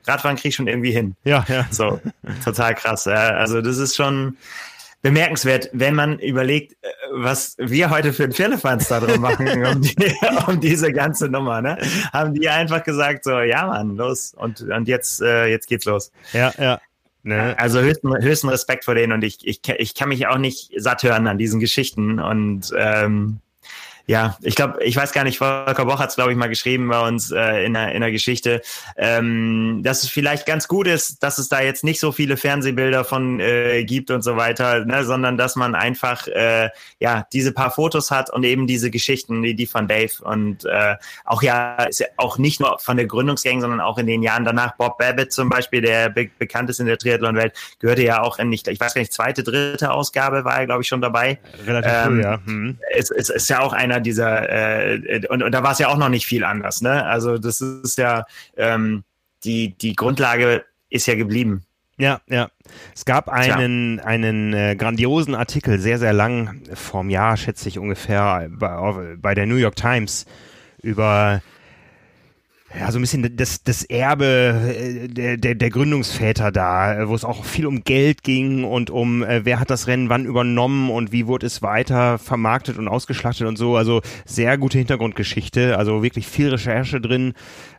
Radfahren krieg ich schon irgendwie hin. Ja. So, total krass. Also das ist schon bemerkenswert, wenn man überlegt, was wir heute für ein Firlefanz da drum machen, um diese ganze Nummer, ne? Haben die einfach gesagt so, ja Mann, los. Und jetzt geht's los. Ja. Ne? Also höchsten Respekt vor denen und ich kann mich auch nicht satt hören an diesen Geschichten und ja, ich weiß gar nicht, Volker Boch hat es, glaube ich, mal geschrieben bei uns in der Geschichte, dass es vielleicht ganz gut ist, dass es da jetzt nicht so viele Fernsehbilder von gibt und so weiter, ne, sondern dass man einfach diese paar Fotos hat und eben diese Geschichten, die von Dave und ist ja auch nicht nur von der Gründungsgang, sondern auch in den Jahren danach. Bob Babbitt zum Beispiel, der bekannt ist in der Triathlon-Welt, gehörte ja auch ich weiß gar nicht, zweite, dritte Ausgabe war er, glaube ich, schon dabei. Relativ früh, ja. Es ist ja auch einer dieser und da war es ja auch noch nicht viel anders, ne? Also das ist ja die Grundlage ist ja geblieben. Ja. Es gab einen grandiosen Artikel, sehr, sehr lang, vorm Jahr, schätze ich ungefähr, bei der New York Times über so ein bisschen das Erbe der Gründungsväter da, wo es auch viel um Geld ging und um wer hat das Rennen wann übernommen und wie wurde es weiter vermarktet und ausgeschlachtet und so. Also sehr gute Hintergrundgeschichte, also wirklich viel Recherche drin.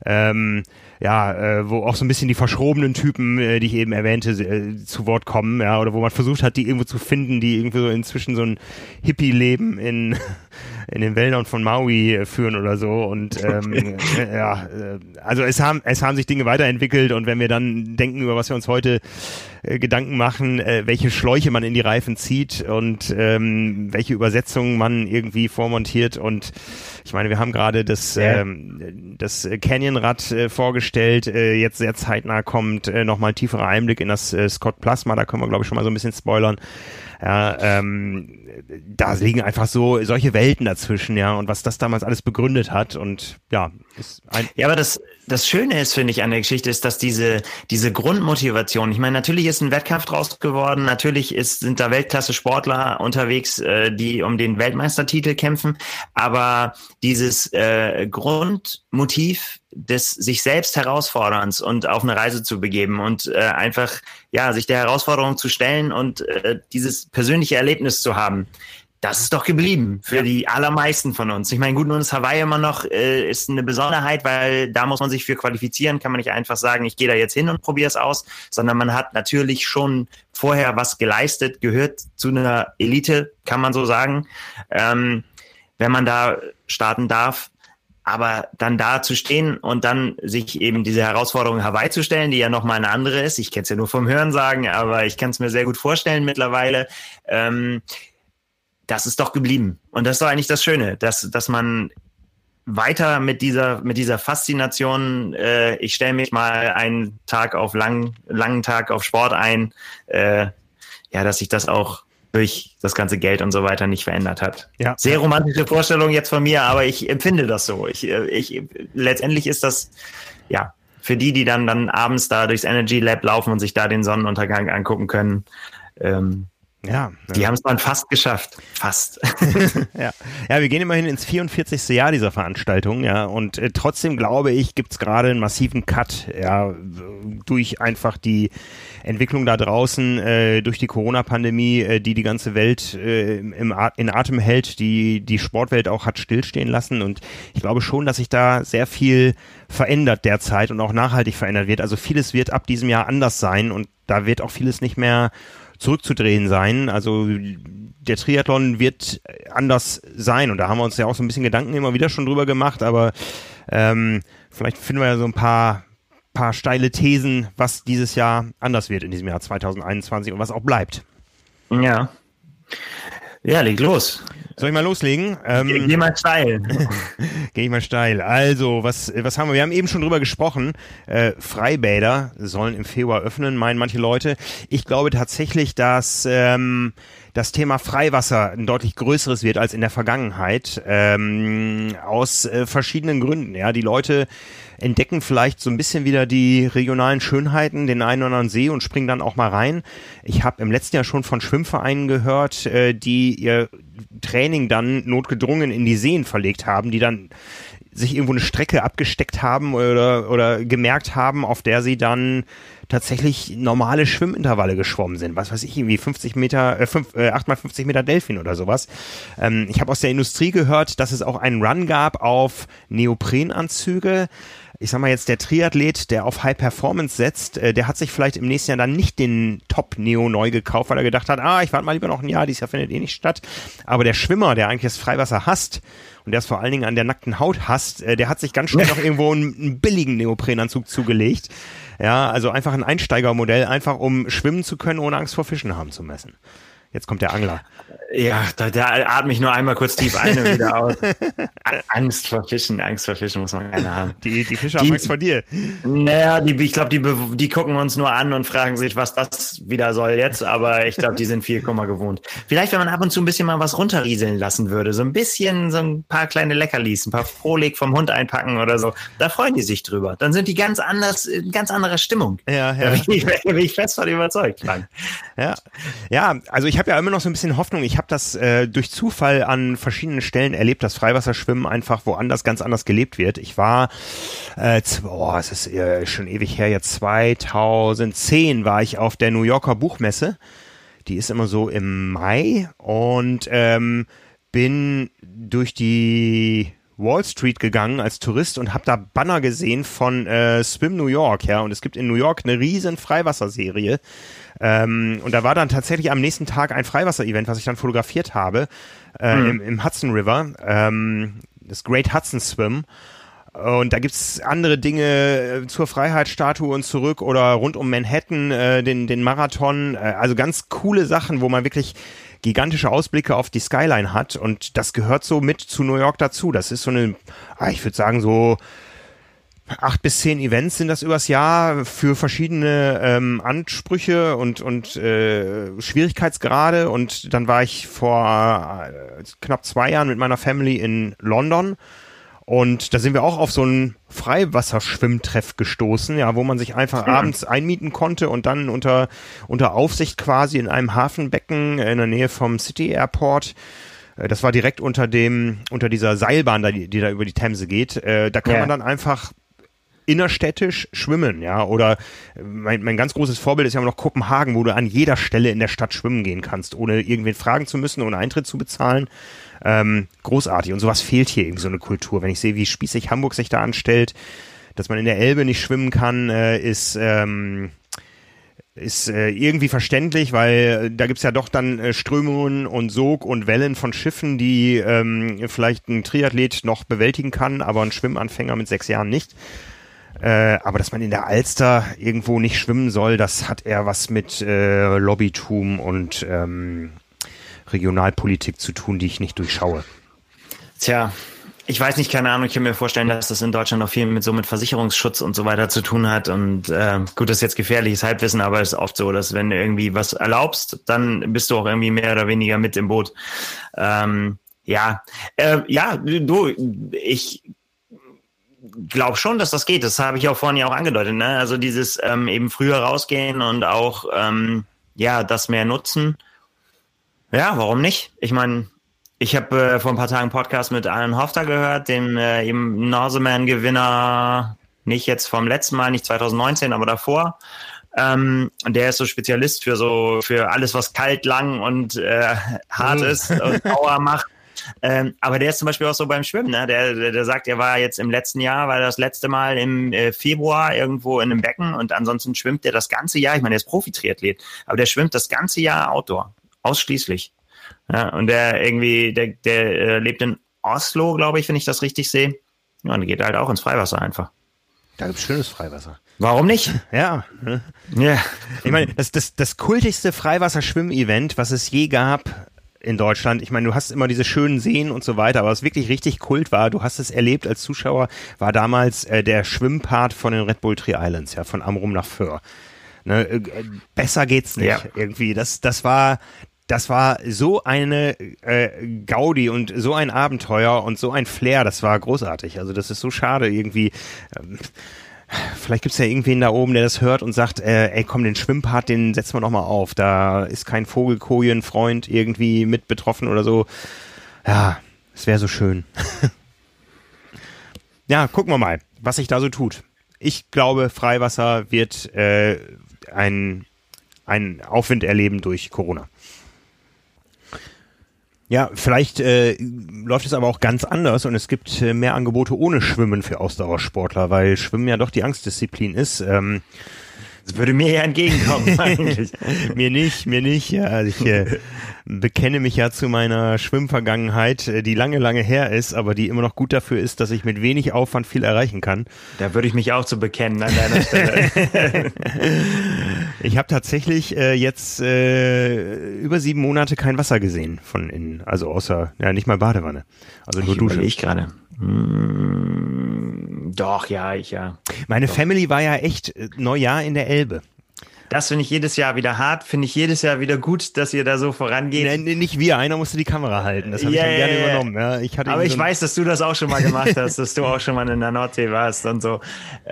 Wo auch so ein bisschen die verschrobenen Typen, die ich eben erwähnte, zu Wort kommen, ja, oder wo man versucht hat, die irgendwo zu finden, die irgendwie so inzwischen so ein Hippie-Leben in den Wäldern von Maui führen oder so und also es haben sich Dinge weiterentwickelt und wenn wir dann denken, über was wir uns heute Gedanken machen, welche Schläuche man in die Reifen zieht und welche Übersetzungen man irgendwie vormontiert und ich meine, wir haben gerade das Canyon-Rad vorgestellt, jetzt sehr zeitnah kommt nochmal ein tieferer Einblick in das Scott Plasma, da können wir glaube ich schon mal so ein bisschen spoilern. Ja, da liegen einfach so solche Welten dazwischen, ja, und was das damals alles begründet hat und ja, aber das Schöne ist, finde ich, an der Geschichte ist, dass diese Grundmotivation, ich meine, natürlich ist ein Wettkampf draus geworden, natürlich sind da Weltklasse-Sportler unterwegs, die um den Weltmeistertitel kämpfen, aber dieses Grundmotiv des sich selbst Herausforderns und auf eine Reise zu begeben und einfach sich der Herausforderung zu stellen und dieses persönliche Erlebnis zu haben, das ist doch geblieben für die allermeisten von uns. Ich meine, gut, nun ist Hawaii immer noch ist eine Besonderheit, weil da muss man sich für qualifizieren, kann man nicht einfach sagen, ich gehe da jetzt hin und probiere es aus, sondern man hat natürlich schon vorher was geleistet, gehört zu einer Elite, kann man so sagen, wenn man da starten darf. Aber dann da zu stehen und dann sich eben diese Herausforderung Hawaii zu stellen, die ja nochmal eine andere ist. Ich kenne es ja nur vom Hörensagen, aber ich kann es mir sehr gut vorstellen mittlerweile. Das ist doch geblieben. Und das ist doch eigentlich das Schöne, dass man weiter mit dieser Faszination, ich stelle mich mal einen Tag auf langen Tag auf Sport ein, dass sich das auch durch das ganze Geld und so weiter nicht verändert hat. Ja. Sehr romantische Vorstellung jetzt von mir, aber ich empfinde das so. Letztendlich ist das, für die dann abends da durchs Energy Lab laufen und sich da den Sonnenuntergang angucken können, die haben es dann fast geschafft. Fast. Ja, wir gehen immerhin ins 44. Jahr dieser Veranstaltung, ja, und trotzdem glaube ich, gibt es gerade einen massiven Cut, ja, durch einfach die Entwicklung da draußen, durch die Corona-Pandemie, die ganze Welt in Atem hält, die Sportwelt auch hat stillstehen lassen und ich glaube schon, dass sich da sehr viel verändert derzeit und auch nachhaltig verändert wird. Also vieles wird ab diesem Jahr anders sein und da wird auch vieles nicht mehr zurückzudrehen sein. Also der Triathlon wird anders sein und da haben wir uns ja auch so ein bisschen Gedanken immer wieder schon drüber gemacht, aber vielleicht finden wir ja so ein paar steile Thesen, was dieses Jahr anders wird in diesem Jahr 2021 und was auch bleibt. Ja, leg los. Soll ich mal loslegen? Geh mal steil. Geh ich mal steil. Also, was haben wir? Wir haben eben schon drüber gesprochen. Freibäder sollen im Februar öffnen, meinen manche Leute. Ich glaube tatsächlich, dass das Thema Freiwasser ein deutlich größeres wird als in der Vergangenheit, aus verschiedenen Gründen. Ja, die Leute entdecken vielleicht so ein bisschen wieder die regionalen Schönheiten, den einen oder anderen See und springen dann auch mal rein. Ich habe im letzten Jahr schon von Schwimmvereinen gehört, die ihr Training dann notgedrungen in die Seen verlegt haben, die dann sich irgendwo eine Strecke abgesteckt haben oder gemerkt haben, auf der sie dann tatsächlich normale Schwimmintervalle geschwommen sind. Was weiß ich, irgendwie 50 Meter, 8x50 Meter Delfin oder sowas. Ich habe aus der Industrie gehört, dass es auch einen Run gab auf Neoprenanzüge. Ich sag mal jetzt, der Triathlet, der auf High Performance setzt, der hat sich vielleicht im nächsten Jahr dann nicht den Top-Neo neu gekauft, weil er gedacht hat, ich warte mal lieber noch ein Jahr, dieses Jahr findet nicht statt. Aber der Schwimmer, der eigentlich das Freiwasser hasst und der es vor allen Dingen an der nackten Haut hasst, der hat sich ganz schnell noch irgendwo einen billigen Neoprenanzug zugelegt. Ja, also einfach ein Einsteigermodell, einfach um schwimmen zu können, ohne Angst vor Fischen haben zu müssen. Jetzt kommt der Angler. Ja, da atme ich nur einmal kurz tief ein und wieder aus. Angst vor Fischen muss man gerne haben. Die Fische haben Angst vor dir. Naja, ich glaube, die gucken uns nur an und fragen sich, was das wieder soll jetzt, aber ich glaube, die sind viel Kummer gewohnt. Vielleicht, wenn man ab und zu ein bisschen mal was runterrieseln lassen würde, so ein paar kleine Leckerlis, ein paar Frohlig vom Hund einpacken oder so, da freuen die sich drüber. Dann sind die ganz anderer Stimmung. Ja. Da bin ich fest von überzeugt, Frank. Ja, also ich habe ja immer noch so ein bisschen Hoffnung. Ich habe das durch Zufall an verschiedenen Stellen erlebt, dass Freiwasserschwimmen einfach woanders ganz anders gelebt wird. Ich war, es ist schon ewig her, jetzt 2010 war ich auf der New Yorker Buchmesse. Die ist immer so im Mai und bin durch die Wall Street gegangen als Tourist und habe da Banner gesehen von Swim New York, ja, und es gibt in New York eine riesen Freiwasserserie und da war dann tatsächlich am nächsten Tag ein Freiwasser-Event, was ich dann fotografiert habe im Hudson River, das Great Hudson Swim. Und da gibt's andere Dinge zur Freiheitsstatue und zurück oder rund um Manhattan, den Marathon, also ganz coole Sachen, wo man wirklich gigantische Ausblicke auf die Skyline hat und das gehört so mit zu New York dazu. Das ist so eine, ich würde sagen so 8 bis 10 Events sind das übers Jahr für verschiedene Ansprüche und Schwierigkeitsgrade und dann war ich vor knapp 2 Jahren mit meiner Family in London. Und da sind wir auch auf so einen Freiwasserschwimmtreff gestoßen, ja, wo man sich einfach abends einmieten konnte und dann unter Aufsicht quasi in einem Hafenbecken in der Nähe vom City Airport. Das war direkt unter dieser Seilbahn, die da über die Themse geht. Da kann man dann einfach innerstädtisch schwimmen, ja, oder mein ganz großes Vorbild ist ja immer noch Kopenhagen, wo du an jeder Stelle in der Stadt schwimmen gehen kannst, ohne irgendwen fragen zu müssen, ohne Eintritt zu bezahlen. Großartig. Und sowas fehlt hier irgendwie so eine Kultur. Wenn ich sehe, wie spießig Hamburg sich da anstellt, dass man in der Elbe nicht schwimmen kann, ist irgendwie verständlich, weil da gibt's ja doch dann Strömungen und Sog und Wellen von Schiffen, die vielleicht ein Triathlet noch bewältigen kann, aber ein Schwimmanfänger mit 6 Jahren nicht. Aber dass man in der Alster irgendwo nicht schwimmen soll, das hat eher was mit Lobbytum und Regionalpolitik zu tun, die ich nicht durchschaue. Tja, ich weiß nicht, keine Ahnung, ich kann mir vorstellen, dass das in Deutschland noch viel mit Versicherungsschutz und so weiter zu tun hat und gut, das ist jetzt gefährliches Halbwissen, aber es ist oft so, dass wenn du irgendwie was erlaubst, dann bist du auch irgendwie mehr oder weniger mit im Boot. Ich glaube schon, dass das geht, das habe ich auch vorhin ja auch angedeutet, ne? Also dieses eben früher rausgehen und auch das mehr nutzen. Ja, warum nicht? Ich meine, ich habe vor ein paar Tagen einen Podcast mit Alan Hofter gehört, dem eben Norseman-Gewinner, nicht jetzt vom letzten Mal, nicht 2019, aber davor. Der ist so Spezialist für alles, was kalt, lang und hart ist und Power macht. Aber der ist zum Beispiel auch so beim Schwimmen, ne? Der sagt, er war jetzt im letzten Jahr, war das letzte Mal im Februar irgendwo in einem Becken und ansonsten schwimmt der das ganze Jahr, ich meine, der ist Profi-Triathlet, aber der schwimmt das ganze Jahr Outdoor. Ausschließlich. Ja, und der lebt in Oslo, glaube ich, wenn ich das richtig sehe. Ja, und der geht halt auch ins Freiwasser einfach. Da gibt's schönes Freiwasser. Warum nicht? Ja. Ja. Ich meine, das kultigste Freiwasserschwimm-Event, was es je gab in Deutschland, ich meine, du hast immer diese schönen Seen und so weiter, aber was wirklich richtig Kult war, du hast es erlebt als Zuschauer, war damals der Schwimmpart von den Red Bull Tree Islands, ja, von Amrum nach Föhr. Ne, besser geht's nicht irgendwie. Das war so eine Gaudi und so ein Abenteuer und so ein Flair, das war großartig. Also das ist so schade irgendwie. Vielleicht gibt's ja irgendwen da oben, der das hört und sagt, ey komm, den Schwimmpart, den setzen wir noch mal auf. Da ist kein Vogelkojenfreund irgendwie mit betroffen oder so. Ja, es wäre so schön. Ja, gucken wir mal, was sich da so tut. Ich glaube, Freiwasser wird ein Aufwind erleben durch Corona. Ja, vielleicht läuft es aber auch ganz anders und es gibt mehr Angebote ohne Schwimmen für Ausdauersportler, weil Schwimmen ja doch die Angstdisziplin ist. Das würde mir ja entgegenkommen eigentlich. Mir nicht. Ja, also ich bekenne mich ja zu meiner Schwimmvergangenheit, die lange, lange her ist, aber die immer noch gut dafür ist, dass ich mit wenig Aufwand viel erreichen kann. Da würde ich mich auch zu bekennen an deiner Stelle. Ich habe tatsächlich jetzt über 7 Monate kein Wasser gesehen von innen, also außer, ja, nicht mal Badewanne, also nur Dusche. Ich gerade. Doch, ja. Meine Family war ja echt Neujahr in der Elbe. Das finde ich jedes Jahr wieder hart, finde ich jedes Jahr wieder gut, dass ihr da so vorangeht. Nee, nicht wir, einer musste die Kamera halten, das habe ich dann gerne übernommen. Ja, aber ich weiß, dass du das auch schon mal gemacht hast, dass du auch schon mal in der Nordsee warst und so.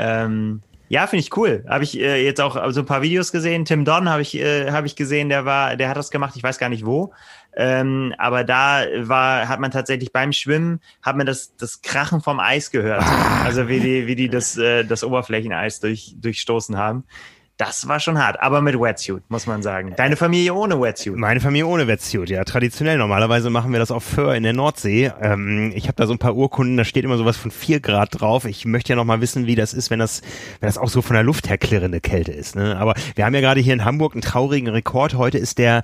Ja, finde ich cool. Habe ich jetzt auch so ein paar Videos gesehen. Tim Don habe ich gesehen, der hat das gemacht, ich weiß gar nicht wo. Aber da hat man tatsächlich beim Schwimmen, hat man das Krachen vom Eis gehört. Also wie die das Oberflächeneis durchstoßen haben. Das war schon hart, aber mit Wetsuit, muss man sagen. Deine Familie ohne Wetsuit? Meine Familie ohne Wetsuit, ja, traditionell. Normalerweise machen wir das auf Föhr in der Nordsee. Ich habe da so ein paar Urkunden, da steht immer sowas von 4 Grad drauf. Ich möchte ja noch mal wissen, wie das ist, wenn das auch so von der Luft her klirrende Kälte ist. Ne? Aber wir haben ja gerade hier in Hamburg einen traurigen Rekord. Heute ist der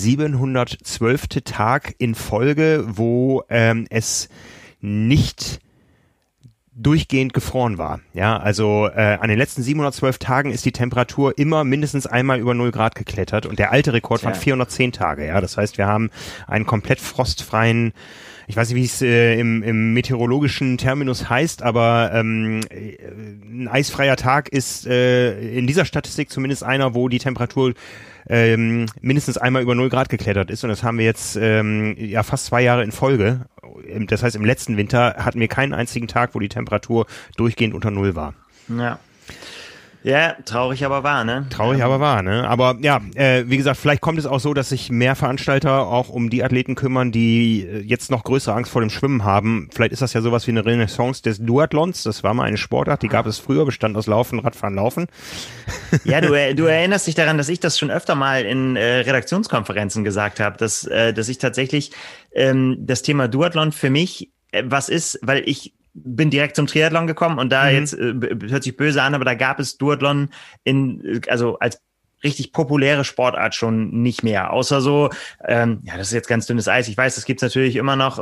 712. Tag in Folge, wo es nicht durchgehend gefroren war. Ja, also an den letzten 712 Tagen ist die Temperatur immer mindestens einmal über 0 Grad geklettert und der alte Rekord waren 410 Tage. Ja, das heißt, wir haben einen komplett frostfreien, ich weiß nicht, wie es im meteorologischen Terminus heißt, aber ein eisfreier Tag ist in dieser Statistik zumindest einer, wo die Temperatur mindestens einmal über 0 Grad geklettert ist und das haben wir jetzt fast 2 Jahre in Folge. Das heißt, im letzten Winter hatten wir keinen einzigen Tag, wo die Temperatur durchgehend unter 0 war. Ja. Ja, traurig aber wahr, ne? Traurig aber wahr, ne? Aber ja, wie gesagt, vielleicht kommt es auch so, dass sich mehr Veranstalter auch um die Athleten kümmern, die jetzt noch größere Angst vor dem Schwimmen haben. Vielleicht ist das ja sowas wie eine Renaissance des Duathlons. Das war mal eine Sportart, die gab es früher, bestand aus Laufen, Radfahren, Laufen. Ja, du erinnerst dich daran, dass ich das schon öfter mal in Redaktionskonferenzen gesagt habe, dass ich tatsächlich das Thema Duathlon für mich was ist, weil ich bin direkt zum Triathlon gekommen und da jetzt hört sich böse an, aber da gab es Duathlon also als richtig populäre Sportart schon nicht mehr, außer so, das ist jetzt ganz dünnes Eis, ich weiß, das gibt's natürlich immer noch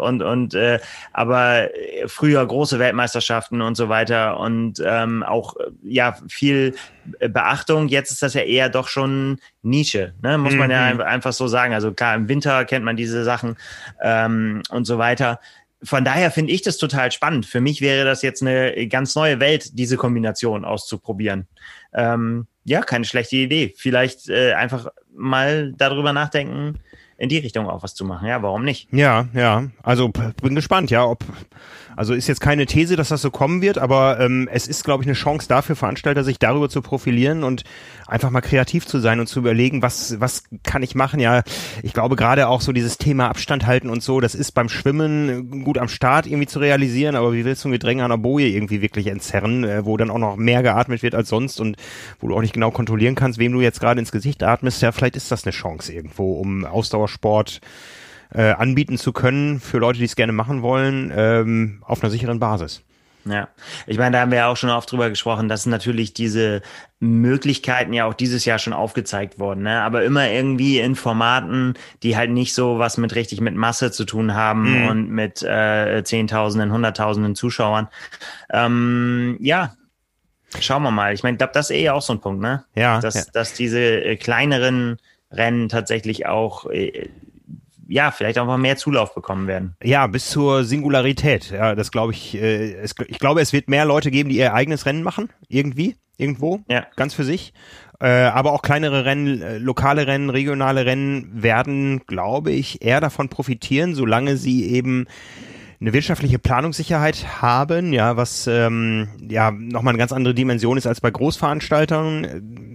aber früher große Weltmeisterschaften und so weiter und auch viel Beachtung, jetzt ist das ja eher doch schon Nische, ne? Muss man ja einfach so sagen, also klar, im Winter kennt man diese Sachen und so weiter. Von daher finde ich das total spannend. Für mich wäre das jetzt eine ganz neue Welt, diese Kombination auszuprobieren. Keine schlechte Idee. Vielleicht einfach mal darüber nachdenken, in die Richtung auch was zu machen. Ja, warum nicht? Ja. Also bin gespannt, ja, also ist jetzt keine These, dass das so kommen wird, aber es ist, glaube ich, eine Chance dafür, Veranstalter sich darüber zu profilieren und einfach mal kreativ zu sein und zu überlegen, was kann ich machen. Ja, ich glaube gerade auch so dieses Thema Abstand halten und so, das ist beim Schwimmen gut am Start irgendwie zu realisieren, aber wie willst du ein Gedränge an der Boje irgendwie wirklich entzerren, wo dann auch noch mehr geatmet wird als sonst und wo du auch nicht genau kontrollieren kannst, wem du jetzt gerade ins Gesicht atmest. Ja, vielleicht ist das eine Chance irgendwo, um Ausdauersport anbieten zu können für Leute, die es gerne machen wollen, auf einer sicheren Basis. Ja, ich meine, da haben wir ja auch schon oft drüber gesprochen, dass natürlich diese Möglichkeiten ja auch dieses Jahr schon aufgezeigt wurden, ne? Aber immer irgendwie in Formaten, die halt nicht so was mit Masse zu tun haben und mit Zehntausenden, Hunderttausenden Zuschauern. Schauen wir mal. Ich meine, ich glaube, das ist auch so ein Punkt, ne? Ja. Dass diese kleineren Rennen tatsächlich auch vielleicht auch mal mehr Zulauf bekommen werden. Ja, bis zur Singularität. Ja, das glaube ich. Ich glaube, es wird mehr Leute geben, die ihr eigenes Rennen machen. Irgendwo. Ja. Ganz für sich. Aber auch kleinere Rennen, lokale Rennen, regionale Rennen werden, glaube ich, eher davon profitieren, solange sie eben eine wirtschaftliche Planungssicherheit haben, ja, was nochmal eine ganz andere Dimension ist als bei Großveranstaltungen.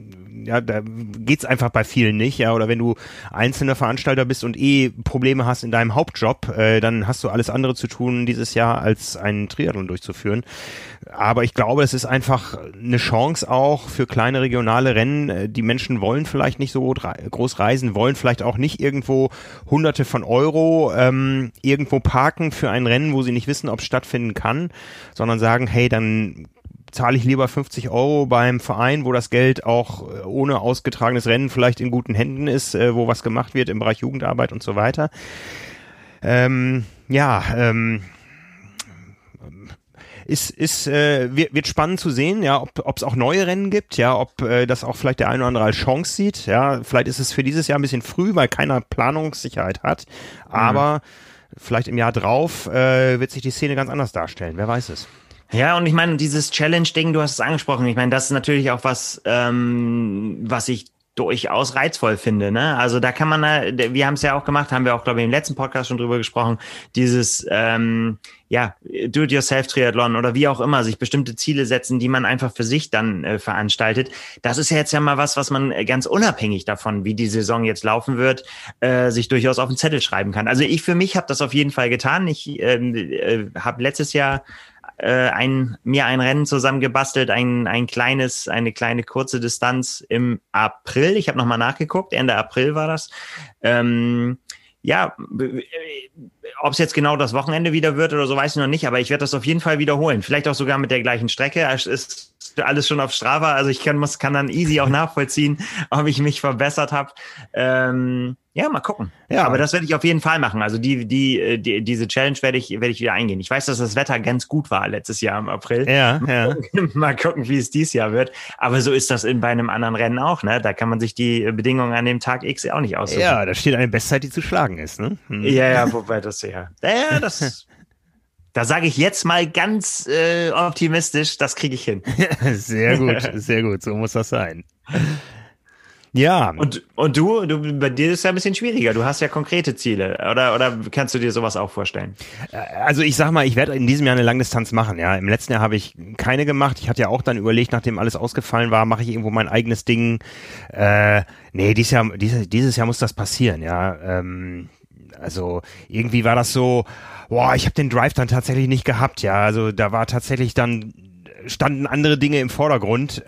ja, da geht's einfach bei vielen nicht, ja, oder wenn du einzelner Veranstalter bist und Probleme hast in deinem Hauptjob, dann hast du alles andere zu tun dieses Jahr, als einen Triathlon durchzuführen. Aber ich glaube, es ist einfach eine Chance auch für kleine regionale Rennen. Die Menschen wollen vielleicht nicht so groß reisen, wollen vielleicht auch nicht irgendwo Hunderte von Euro irgendwo parken für ein Rennen, wo sie nicht wissen, ob es stattfinden kann, sondern sagen, hey, dann zahle ich lieber 50 Euro beim Verein, wo das Geld auch ohne ausgetragenes Rennen vielleicht in guten Händen ist, wo was gemacht wird im Bereich Jugendarbeit und so weiter. Wird spannend zu sehen, ja, ob es auch neue Rennen gibt, ja, ob das auch vielleicht der eine oder andere als Chance sieht, ja, vielleicht ist es für dieses Jahr ein bisschen früh, weil keiner Planungssicherheit hat, aber vielleicht im Jahr drauf wird sich die Szene ganz anders darstellen, wer weiß es. Ja, und ich meine, dieses Challenge-Ding, du hast es angesprochen, ich meine, das ist natürlich auch was, was ich durchaus reizvoll finde, ne? Also da kann man, wir haben es ja auch gemacht, haben wir auch, glaube ich, im letzten Podcast schon drüber gesprochen, dieses Do-it-yourself-Triathlon oder wie auch immer, sich bestimmte Ziele setzen, die man einfach für sich dann veranstaltet. Das ist ja jetzt ja mal was man ganz unabhängig davon, wie die Saison jetzt laufen wird, sich durchaus auf den Zettel schreiben kann. Also ich für mich habe das auf jeden Fall getan. Ich habe letztes Jahr ein Rennen zusammengebastelt, eine kleine kurze Distanz im April. Ich habe nochmal nachgeguckt, Ende April war das. Ob es jetzt genau das Wochenende wieder wird oder so, weiß ich noch nicht, aber ich werde das auf jeden Fall wiederholen. Vielleicht auch sogar mit der gleichen Strecke. Es ist alles schon auf Strava, also ich kann dann easy auch nachvollziehen, ob ich mich verbessert habe. Mal gucken. Ja. Aber das werde ich auf jeden Fall machen. Also diese Challenge werde ich wieder eingehen. Ich weiß, dass das Wetter ganz gut war letztes Jahr im April. Ja. Mal gucken, wie es dieses Jahr wird. Aber so ist das bei einem anderen Rennen auch, ne? Da kann man sich die Bedingungen an dem Tag X auch nicht aussuchen. Ja, da steht eine Bestzeit, die zu schlagen ist, ne? Ja, wobei das da sage ich jetzt mal ganz optimistisch, das kriege ich hin. Sehr gut, so muss das sein. Ja. Und du, bei dir ist es ja ein bisschen schwieriger. Du hast ja konkrete Ziele. Oder kannst du dir sowas auch vorstellen? Also ich sag mal, ich werde in diesem Jahr eine Langdistanz machen. Ja, im letzten Jahr habe ich keine gemacht. Ich hatte ja auch dann überlegt, nachdem alles ausgefallen war, mache ich irgendwo mein eigenes Ding. Dieses Jahr muss das passieren. Ja, also irgendwie war das so. Ich habe den Drive dann tatsächlich nicht gehabt. Ja, also da war tatsächlich standen andere Dinge im Vordergrund.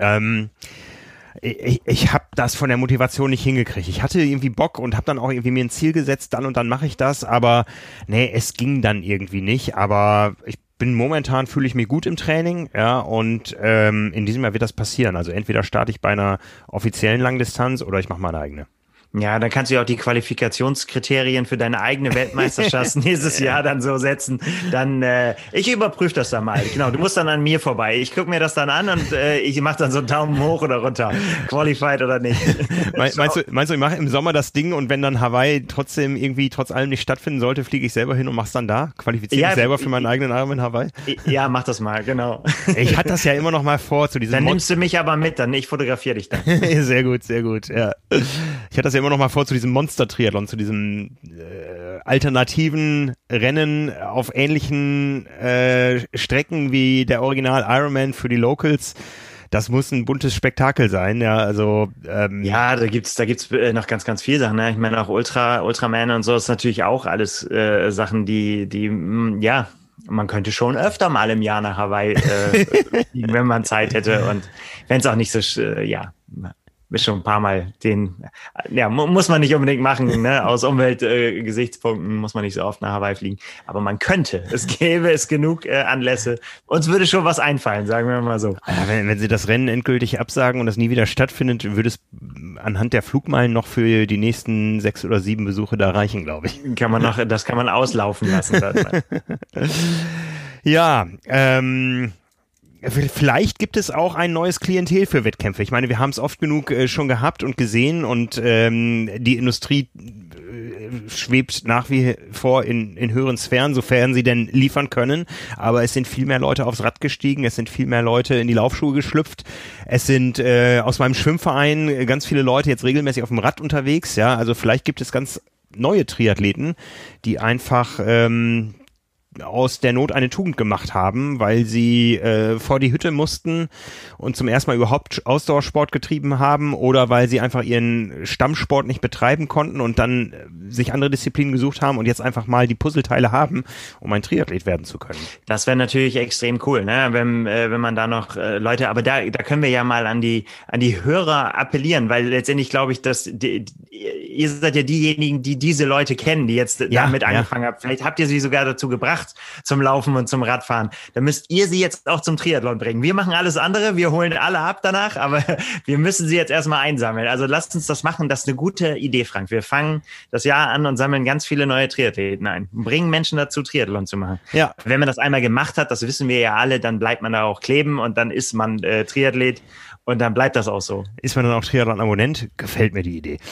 Ich habe das von der Motivation nicht hingekriegt. Ich hatte irgendwie Bock und habe dann auch irgendwie mir ein Ziel gesetzt, dann und dann mache ich das, aber es ging dann irgendwie nicht. Aber momentan fühle ich mich gut im Training, ja, und in diesem Jahr wird das passieren. Also entweder starte ich bei einer offiziellen Langdistanz oder ich mache meine eigene. Ja, dann kannst du ja auch die Qualifikationskriterien für deine eigene Weltmeisterschaft nächstes Jahr dann so setzen. Dann, ich überprüfe das dann mal. Genau, du musst dann an mir vorbei. Ich gucke mir das dann an und ich mache dann so einen Daumen hoch oder runter. Qualified oder nicht. Meinst du, ich mache im Sommer das Ding und wenn dann Hawaii trotz allem nicht stattfinden sollte, fliege ich selber hin und mach's dann da? Qualifiziere mich selber für meinen eigenen Arm in Hawaii? Ja, mach das mal, genau. Ich hatte das ja immer noch mal vor zu diesem Dann nimmst du mich aber mit, ich fotografiere dich dann. Sehr gut, ja. Ich hatte das ja immer noch mal vor zu diesem Monster-Triathlon, zu diesem alternativen Rennen auf ähnlichen Strecken wie der Original Ironman für die Locals. Das muss ein buntes Spektakel sein, ja, also ja, da gibt's noch ganz, ganz viel Sachen, ne? Ich meine auch Ultraman und so ist natürlich auch alles Sachen, die man könnte schon öfter mal im Jahr nach Hawaii fliegen, wenn man Zeit hätte und wenn es auch nicht so schon ein paar Mal muss man nicht unbedingt machen, ne? Aus Umweltgesichtspunkten muss man nicht so oft nach Hawaii fliegen. Aber man könnte. Es gäbe genug Anlässe. Uns würde schon was einfallen, sagen wir mal so. Wenn sie das Rennen endgültig absagen und das nie wieder stattfindet, würde es anhand der Flugmeilen noch für die nächsten 6 oder 7 Besuche da reichen, glaube ich. Das kann man auslaufen lassen. Ja, vielleicht gibt es auch ein neues Klientel für Wettkämpfe. Ich meine, wir haben es oft genug schon gehabt und gesehen und die Industrie schwebt nach wie vor in höheren Sphären, sofern sie denn liefern können. Aber es sind viel mehr Leute aufs Rad gestiegen, es sind viel mehr Leute in die Laufschuhe geschlüpft. Es sind aus meinem Schwimmverein ganz viele Leute jetzt regelmäßig auf dem Rad unterwegs. Ja, also vielleicht gibt es ganz neue Triathleten, die einfach aus der Not eine Tugend gemacht haben, weil sie vor die Hütte mussten und zum ersten Mal überhaupt Ausdauersport getrieben haben oder weil sie einfach ihren Stammsport nicht betreiben konnten und dann sich andere Disziplinen gesucht haben und jetzt einfach mal die Puzzleteile haben, um ein Triathlet werden zu können. Das wäre natürlich extrem cool, ne? Wenn man da noch Leute, aber da können wir ja mal an die Hörer appellieren, weil letztendlich glaube ich, dass ihr seid ja diejenigen, die diese Leute kennen, die jetzt damit angefangen haben. Vielleicht habt ihr sie sogar dazu gebracht zum Laufen und zum Radfahren. Dann müsst ihr sie jetzt auch zum Triathlon bringen. Wir machen alles andere, wir holen alle ab danach, aber wir müssen sie jetzt erstmal einsammeln. Also lasst uns das machen, das ist eine gute Idee, Frank. Wir fangen das Jahr an und sammeln ganz viele neue Triathleten ein und bringen Menschen dazu, Triathlon zu machen. Ja. Wenn man das einmal gemacht hat, das wissen wir ja alle, dann bleibt man da auch kleben und dann ist man Triathlet und dann bleibt das auch so. Ist man dann auch Triathlon-Abonnent? Gefällt mir die Idee.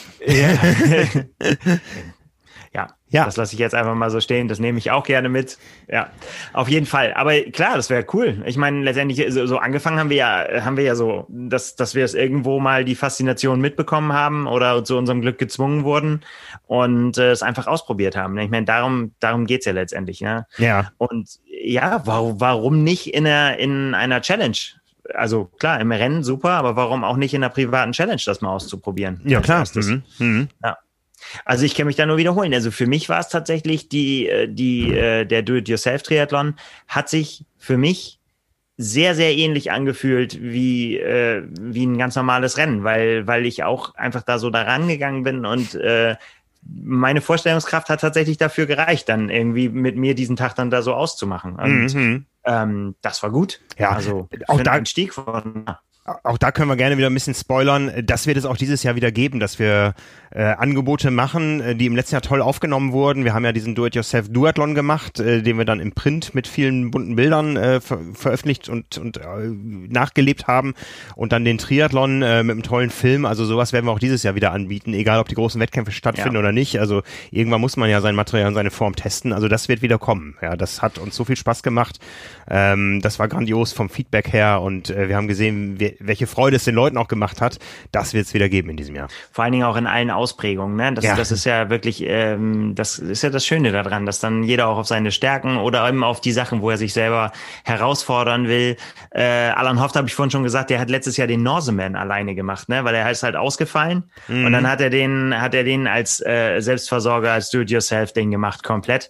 Ja, das lasse ich jetzt einfach mal so stehen. Das nehme ich auch gerne mit. Ja, auf jeden Fall. Aber klar, das wäre cool. Ich meine, letztendlich so angefangen haben wir ja so, dass wir es irgendwo mal die Faszination mitbekommen haben oder zu unserem Glück gezwungen wurden und es einfach ausprobiert haben. Ich meine, darum geht's ja letztendlich. Ne? Ja. Und ja, warum nicht in einer Challenge? Also klar, im Rennen super, aber warum auch nicht in einer privaten Challenge das mal auszuprobieren? Ja, klar. Ja. Also ich kann mich da nur wiederholen. Also für mich war es tatsächlich der Do-it-yourself-Triathlon hat sich für mich sehr, sehr ähnlich angefühlt wie ein ganz normales Rennen, weil ich auch einfach da so daran gegangen bin und meine Vorstellungskraft hat tatsächlich dafür gereicht, dann irgendwie mit mir diesen Tag dann da so auszumachen. Und das war gut. Ja, also auch da Einstieg von... Auch da können wir gerne wieder ein bisschen spoilern. Das wird es auch dieses Jahr wieder geben, dass wir Angebote machen, die im letzten Jahr toll aufgenommen wurden. Wir haben ja diesen Do-it-yourself-Duathlon gemacht, den wir dann im Print mit vielen bunten Bildern veröffentlicht und nachgelebt haben. Und dann den Triathlon mit einem tollen Film. Also sowas werden wir auch dieses Jahr wieder anbieten, egal ob die großen Wettkämpfe stattfinden oder nicht. Also irgendwann muss man ja sein Material und seine Form testen. Also das wird wieder kommen. Ja, das hat uns so viel Spaß gemacht. Das war grandios vom Feedback her und wir haben gesehen, welche Freude es den Leuten auch gemacht hat. Das wird es wieder geben in diesem Jahr. Vor allen Dingen auch in allen Ausprägungen. Ne? Das ist ja wirklich, das ist ja das Schöne daran, dass dann jeder auch auf seine Stärken oder eben auf die Sachen, wo er sich selber herausfordern will. Alan Hoft, habe ich vorhin schon gesagt, der hat letztes Jahr den Norseman alleine gemacht, ne? Weil er ist halt ausgefallen und dann hat er den als Selbstversorger, als Do-it-yourself-Ding gemacht, komplett.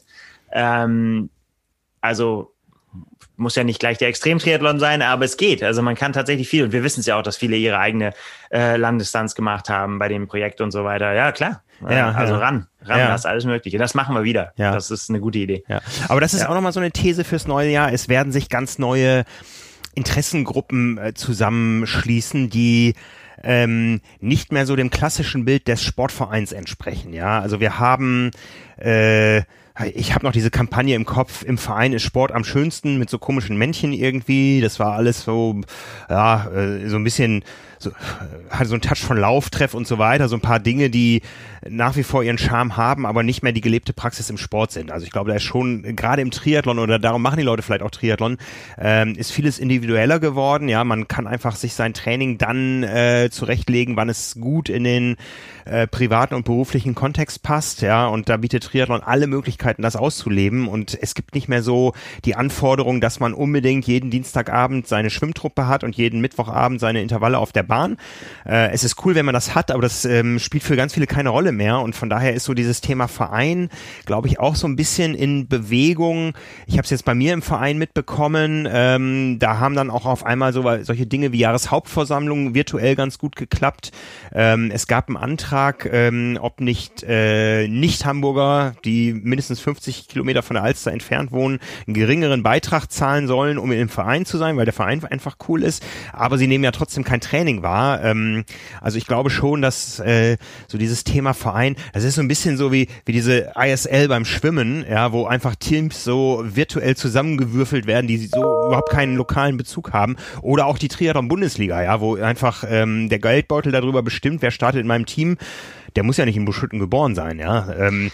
Also muss ja nicht gleich der Extrem-Triathlon sein, aber es geht. Also man kann tatsächlich viel. Und wir wissen es ja auch, dass viele ihre eigene Langdistanz gemacht haben bei dem Projekt und so weiter. Ja, klar. Also ran, das ist alles Mögliche. Das machen wir wieder. Ja. Das ist eine gute Idee. Ja. Aber das ist auch nochmal so eine These fürs neue Jahr. Es werden sich ganz neue Interessengruppen zusammenschließen, die nicht mehr so dem klassischen Bild des Sportvereins entsprechen. Ja, also wir haben ich habe noch diese Kampagne im Kopf, im Verein ist Sport am schönsten, mit so komischen Männchen irgendwie. Das war alles so, so ein bisschen, hatte so einen Touch von Lauftreff und so weiter. So ein paar Dinge, die nach wie vor ihren Charme haben, aber nicht mehr die gelebte Praxis im Sport sind. Also ich glaube, da ist schon, gerade im Triathlon, oder darum machen die Leute vielleicht auch Triathlon, ist vieles individueller geworden. Ja, man kann einfach sich sein Training dann zurechtlegen, wann es gut in den privaten und beruflichen Kontext passt. Ja, und da bietet Triathlon alle Möglichkeiten, das auszuleben. Und es gibt nicht mehr so die Anforderung, dass man unbedingt jeden Dienstagabend seine Schwimmtruppe hat und jeden Mittwochabend seine Intervalle auf der Bahn. Es ist cool, wenn man das hat, aber das spielt für ganz viele keine Rolle mehr. Und von daher ist so dieses Thema Verein, glaube ich, auch so ein bisschen in Bewegung. Ich habe es jetzt bei mir im Verein mitbekommen. Da haben dann auch auf einmal solche Dinge wie Jahreshauptversammlungen virtuell ganz gut geklappt. Es gab einen Antrag, ob nicht Nicht-Hamburger, die mindestens 50 Kilometer von der Alster entfernt wohnen, einen geringeren Beitrag zahlen sollen, um im Verein zu sein, weil der Verein einfach cool ist. Aber sie nehmen ja trotzdem kein Training wahr. Also ich glaube schon, dass so dieses Thema Verein, das ist so ein bisschen so wie diese ISL beim Schwimmen, ja, wo einfach Teams so virtuell zusammengewürfelt werden, die so überhaupt keinen lokalen Bezug haben. Oder auch die Triathlon-Bundesliga, ja, wo einfach der Geldbeutel darüber bestimmt, wer startet in meinem Team. Der muss ja nicht in Buschütten geboren sein, ja.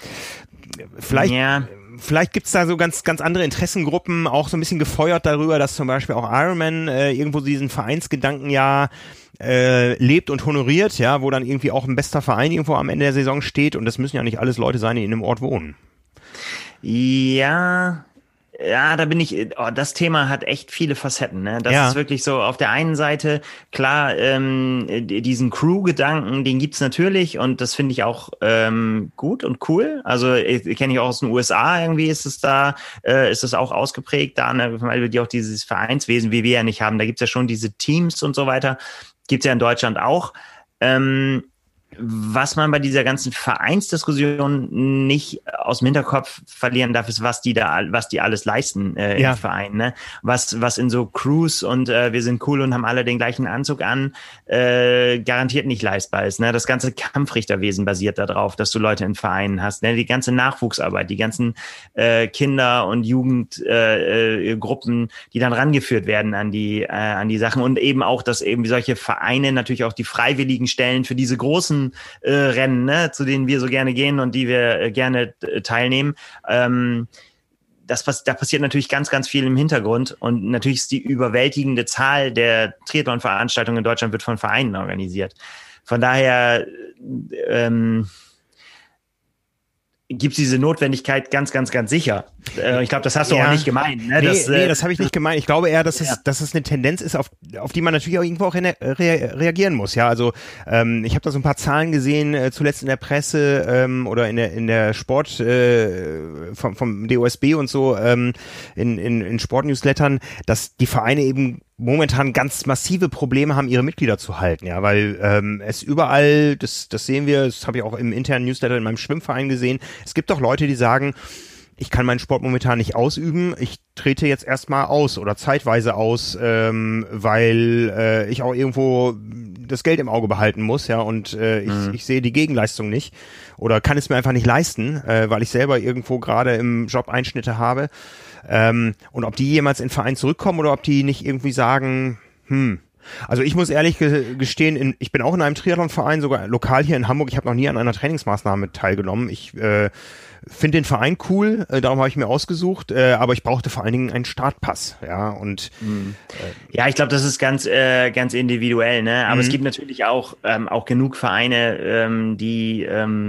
Vielleicht gibt's da so ganz, ganz andere Interessengruppen, auch so ein bisschen gefeuert darüber, dass zum Beispiel auch Ironman irgendwo diesen Vereinsgedanken lebt und honoriert, ja, wo dann irgendwie auch ein bester Verein irgendwo am Ende der Saison steht und das müssen ja nicht alles Leute sein, die in einem Ort wohnen. Ja, Ja, da bin ich, das Thema hat echt viele Facetten, ne? Das Ja. ist wirklich so, auf der einen Seite, klar, diesen Crew-Gedanken, den gibt's natürlich und das finde ich auch gut und cool. Also kenne ich auch aus den USA, irgendwie ist es auch ausgeprägt da, ne? Weil wir auch dieses Vereinswesen, wie wir ja nicht haben. Da gibt's ja schon diese Teams und so weiter. Gibt's ja in Deutschland auch. Was man bei dieser ganzen Vereinsdiskussion nicht aus dem Hinterkopf verlieren darf, ist, was die alles leisten im Verein, ne? Was in so Crews und wir sind cool und haben alle den gleichen Anzug an, garantiert nicht leistbar ist, ne? Das ganze Kampfrichterwesen basiert darauf, dass du Leute in Vereinen hast, ne? Die ganze Nachwuchsarbeit, die ganzen Kinder- und Jugendgruppen, die dann rangeführt werden an die Sachen und eben auch, dass eben solche Vereine natürlich auch die Freiwilligen stellen für diese großen Rennen, ne, zu denen wir so gerne gehen und die wir gerne teilnehmen. Da passiert natürlich ganz, ganz viel im Hintergrund und natürlich ist die überwältigende Zahl der Triathlon-Veranstaltungen in Deutschland wird von Vereinen organisiert. Von daher gibt es diese Notwendigkeit ganz, ganz, ganz sicher. Ich glaube, das hast du auch nicht gemeint. Ne? Nee, das habe ich nicht gemeint. Ich glaube eher, dass es eine Tendenz ist, auf die man natürlich auch irgendwo auch reagieren muss. Ja, also ich habe da so ein paar Zahlen gesehen, zuletzt in der Presse oder in der Sport vom DOSB und so in Sportnewslettern, dass die Vereine eben momentan ganz massive Probleme haben, ihre Mitglieder zu halten, ja, weil es überall, das sehen wir, das habe ich auch im internen Newsletter in meinem Schwimmverein gesehen, es gibt doch Leute, die sagen, ich kann meinen Sport momentan nicht ausüben, ich trete jetzt erstmal aus oder zeitweise aus, weil ich auch irgendwo das Geld im Auge behalten muss, ja, und ich sehe die Gegenleistung nicht oder kann es mir einfach nicht leisten, weil ich selber irgendwo gerade im Job Einschnitte habe. Und ob die jemals in den Verein zurückkommen oder ob die nicht irgendwie sagen, Also ich muss ehrlich gestehen, ich bin auch in einem Triathlonverein, sogar lokal hier in Hamburg. Ich habe noch nie an einer Trainingsmaßnahme teilgenommen. Ich finde den Verein cool, darum habe ich mir ausgesucht, aber ich brauchte vor allen Dingen einen Startpass, ja, und ja, ich glaube, das ist ganz individuell, ne, aber es gibt natürlich auch genug Vereine, die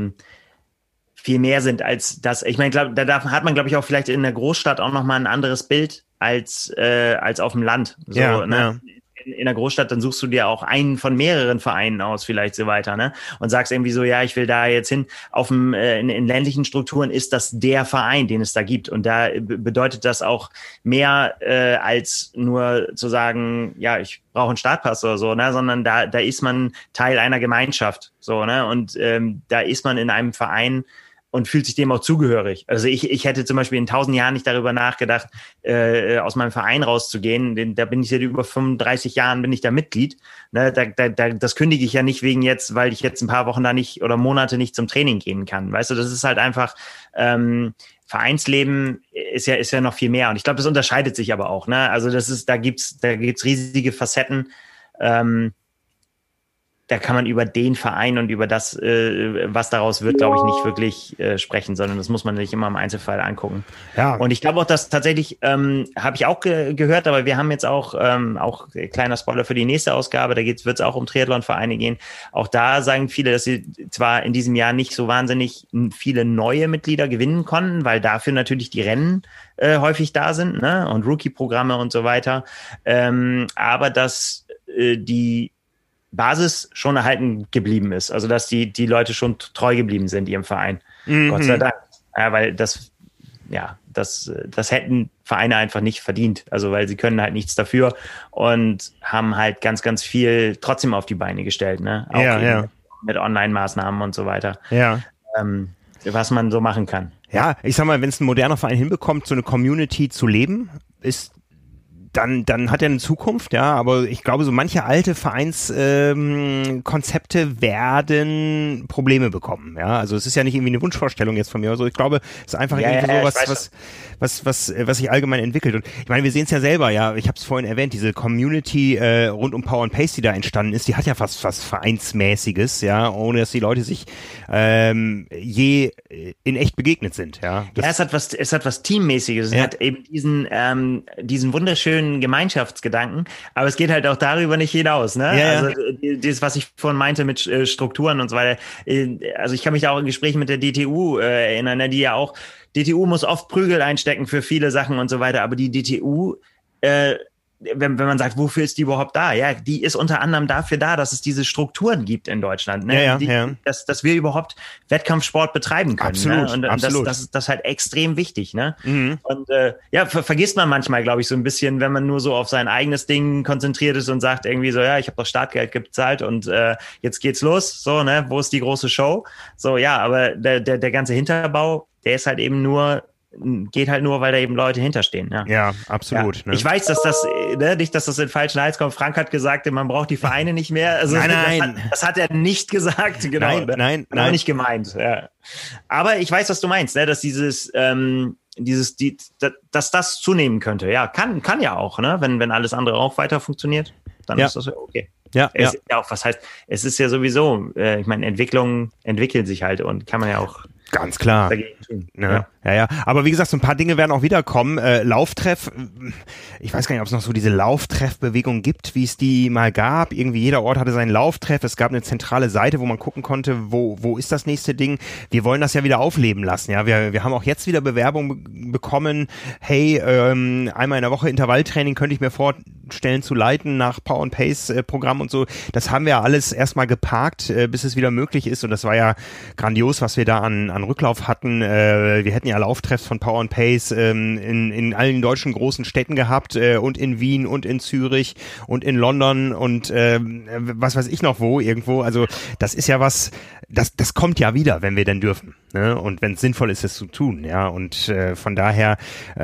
viel mehr sind als das. Ich meine, hat man, glaube ich, auch vielleicht in der Großstadt auch nochmal ein anderes Bild als auf dem Land. So, ja, ne? ja. In der Großstadt, dann suchst du dir auch einen von mehreren Vereinen aus, vielleicht so weiter, ne? Und sagst irgendwie so, ja, ich will da jetzt hin. In ländlichen Strukturen ist das der Verein, den es da gibt. Und da bedeutet das auch mehr als nur zu sagen, ja, ich brauche einen Startpass oder so, ne? Sondern da ist man Teil einer Gemeinschaft, so, ne? Und da ist man in einem Verein und fühlt sich dem auch zugehörig. Also ich hätte zum Beispiel in 1000 Jahren nicht darüber nachgedacht, aus meinem Verein rauszugehen. Da bin ich seit über 35 Jahren bin ich da Mitglied. Ne, das kündige ich ja nicht wegen jetzt, weil ich jetzt ein paar Wochen da nicht oder Monate nicht zum Training gehen kann. Weißt du, das ist halt einfach Vereinsleben ist ja noch viel mehr. Und ich glaube, das unterscheidet sich aber auch. Ne? Also da gibt's riesige Facetten. Da kann man über den Verein und über das, was daraus wird, glaube ich, nicht wirklich sprechen, sondern das muss man sich immer im Einzelfall angucken. Ja. Und ich glaube auch, dass tatsächlich, habe ich auch gehört, aber wir haben jetzt auch kleiner Spoiler für die nächste Ausgabe, da wird es auch um Triathlon-Vereine gehen. Auch da sagen viele, dass sie zwar in diesem Jahr nicht so wahnsinnig viele neue Mitglieder gewinnen konnten, weil dafür natürlich die Rennen häufig da sind, ne? Und Rookie-Programme und so weiter. Aber dass die Basis schon erhalten geblieben ist. Also, dass die Leute schon treu geblieben sind ihrem Verein. Gott sei Dank. Ja, weil das hätten Vereine einfach nicht verdient. Also, weil sie können halt nichts dafür und haben halt ganz, ganz viel trotzdem auf die Beine gestellt, ne? Auch mit Online-Maßnahmen und so weiter. Ja. Was man so machen kann. Ja, ich sag mal, wenn es ein moderner Verein hinbekommt, so eine Community zu leben, dann hat er eine Zukunft, ja, aber ich glaube, so manche alte Vereinskonzepte werden Probleme bekommen, ja, also es ist ja nicht irgendwie eine Wunschvorstellung jetzt von mir, also ich glaube, es ist einfach irgendwie so was sich allgemein entwickelt und ich meine, wir sehen es ja selber, ja, ich habe es vorhin erwähnt, diese Community rund um Power and Pace, die da entstanden ist, die hat ja fast was Vereinsmäßiges, ja, ohne dass die Leute sich je in echt begegnet sind, ja. Ja, es hat was Teammäßiges, es hat eben diesen wunderschönen schönen Gemeinschaftsgedanken, aber es geht halt auch darüber nicht hinaus, ne? Ja, also das, was ich vorhin meinte mit Strukturen und so weiter. Also ich kann mich da auch in Gesprächen mit der DTU erinnern, ne, die ja auch, DTU muss oft Prügel einstecken für viele Sachen und so weiter, aber die DTU, wenn man sagt, wofür ist die überhaupt da? Ja, die ist unter anderem dafür da, dass es diese Strukturen gibt in Deutschland, ne? Dass wir überhaupt Wettkampfsport betreiben können. Absolut, ne? Und absolut. Das ist halt extrem wichtig, ne? Und vergisst man manchmal, glaube ich, so ein bisschen, wenn man nur so auf sein eigenes Ding konzentriert ist und sagt irgendwie so, ja, ich habe doch Startgeld gezahlt und jetzt geht's los, so, ne? Wo ist die große Show? So, ja, aber der ganze Hinterbau, der ist halt eben geht halt nur, weil da eben Leute hinterstehen. Ja, absolut. Ja. Ne? Ich weiß, dass das, nicht, dass das in falschen Hals kommt. Frank hat gesagt, man braucht die Vereine nicht mehr. Also nein. Das hat er nicht gesagt. Genau. Nein. Auch nicht gemeint. Ja. Aber ich weiß, was du meinst, ne? Dass dass das zunehmen könnte. Ja, kann ja auch, ne? Wenn alles andere auch weiter funktioniert, dann ist das ja okay. Ja. Auch, was heißt, es ist ja sowieso, ich meine, Entwicklungen entwickeln sich halt und kann man ja auch ganz klar. Dagegen tun. Ja. Aber wie gesagt, so ein paar Dinge werden auch wiederkommen. Lauftreff, ich weiß gar nicht, ob es noch so diese Lauftreffbewegung gibt, wie es die mal gab. Irgendwie jeder Ort hatte seinen Lauftreff. Es gab eine zentrale Seite, wo man gucken konnte, wo ist das nächste Ding. Wir wollen das ja wieder aufleben lassen. Ja, wir haben auch jetzt wieder Bewerbung bekommen. Hey, einmal in der Woche Intervalltraining könnte ich mir vorstellen zu leiten nach Power and Pace Programm und so. Das haben wir alles erstmal geparkt, bis es wieder möglich ist. Und das war ja grandios, was wir da an Rücklauf hatten. Wir hätten ja Lauftreffs von Power and Pace in allen deutschen großen Städten gehabt und in Wien und in Zürich und in London und was weiß ich noch wo irgendwo. Also das ist ja was, das kommt ja wieder, wenn wir denn dürfen. Ne? Und wenn es sinnvoll ist, es zu tun. Ja, und von daher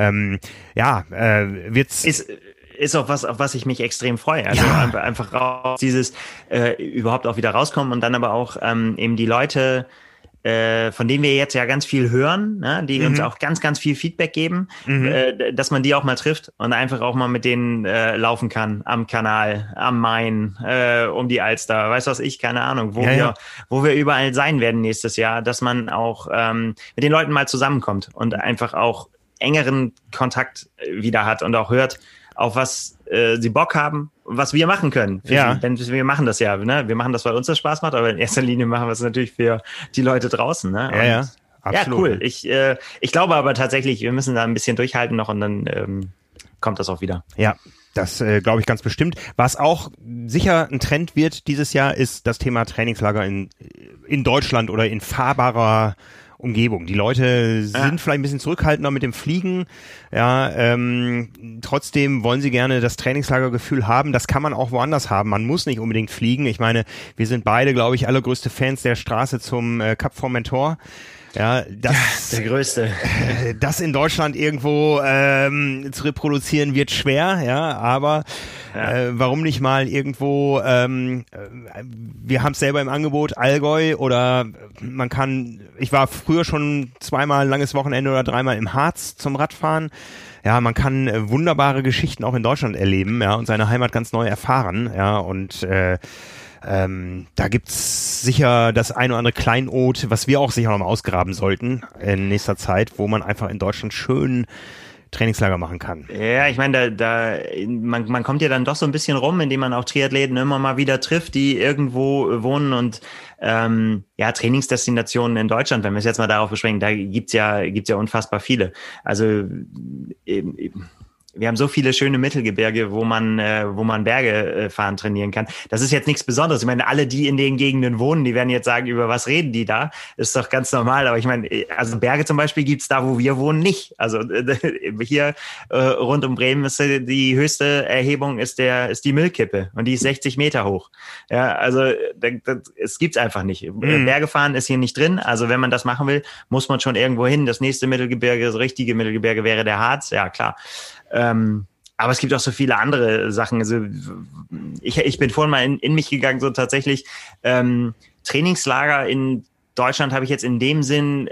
wird's... Ist auch was, auf was ich mich extrem freue. Also einfach raus, dieses überhaupt auch wieder rauskommen und dann aber auch eben die Leute, von denen wir jetzt ja ganz viel hören, ne, die uns auch ganz, ganz viel Feedback geben, dass man die auch mal trifft und einfach auch mal mit denen laufen kann am Kanal, am Main, um die Alster, weiß was ich, keine Ahnung, wo wir überall sein werden nächstes Jahr, dass man auch mit den Leuten mal zusammenkommt und einfach auch engeren Kontakt wieder hat und auch hört, auf was sie Bock haben, was wir machen können. Denn wir machen das ja, ne? Wir machen das, weil uns das Spaß macht, aber in erster Linie machen wir es natürlich für die Leute draußen. Ne? Und, absolut. Ja, cool. Ich glaube aber tatsächlich, wir müssen da ein bisschen durchhalten noch und dann kommt das auch wieder. Ja. Das glaube ich ganz bestimmt. Was auch sicher ein Trend wird dieses Jahr, ist das Thema Trainingslager in Deutschland oder in fahrbarer Umgebung. Die Leute sind vielleicht ein bisschen zurückhaltender mit dem Fliegen. Ja, trotzdem wollen sie gerne das Trainingslagergefühl haben. Das kann man auch woanders haben. Man muss nicht unbedingt fliegen. Ich meine, wir sind beide, glaube ich, allergrößte Fans der Straße zum Cap Formentor. Ja, der größte. Das in Deutschland irgendwo zu reproduzieren wird schwer, ja, aber warum nicht mal irgendwo, wir haben es selber im Angebot, Allgäu oder man kann, ich war früher schon zweimal ein langes Wochenende oder dreimal im Harz zum Radfahren. Ja, man kann wunderbare Geschichten auch in Deutschland erleben, ja, und seine Heimat ganz neu erfahren, ja, und da gibt's sicher das ein oder andere Kleinod, was wir auch sicher noch mal ausgraben sollten in nächster Zeit, wo man einfach in Deutschland schön Trainingslager machen kann. Ja, ich meine, man kommt ja dann doch so ein bisschen rum, indem man auch Triathleten immer mal wieder trifft, die irgendwo wohnen und Trainingsdestinationen in Deutschland, wenn wir es jetzt mal darauf beschränken, da gibt's ja unfassbar viele. Also wir haben so viele schöne Mittelgebirge, wo man Berge fahren trainieren kann. Das ist jetzt nichts Besonderes. Ich meine, alle, die in den Gegenden wohnen, die werden jetzt sagen, über was reden die da? Ist doch ganz normal. Aber ich meine, also Berge zum Beispiel gibt's da, wo wir wohnen, nicht. Also hier rund um Bremen ist die höchste Erhebung ist die Müllkippe und die ist 60 Meter hoch. Ja, also es gibt's einfach nicht. Berge fahren ist hier nicht drin. Also wenn man das machen will, muss man schon irgendwo hin. Das nächste Mittelgebirge, das richtige Mittelgebirge wäre der Harz. Ja, klar. Aber es gibt auch so viele andere Sachen. Also ich bin vorhin mal in mich gegangen, so tatsächlich Trainingslager in Deutschland habe ich jetzt in dem Sinn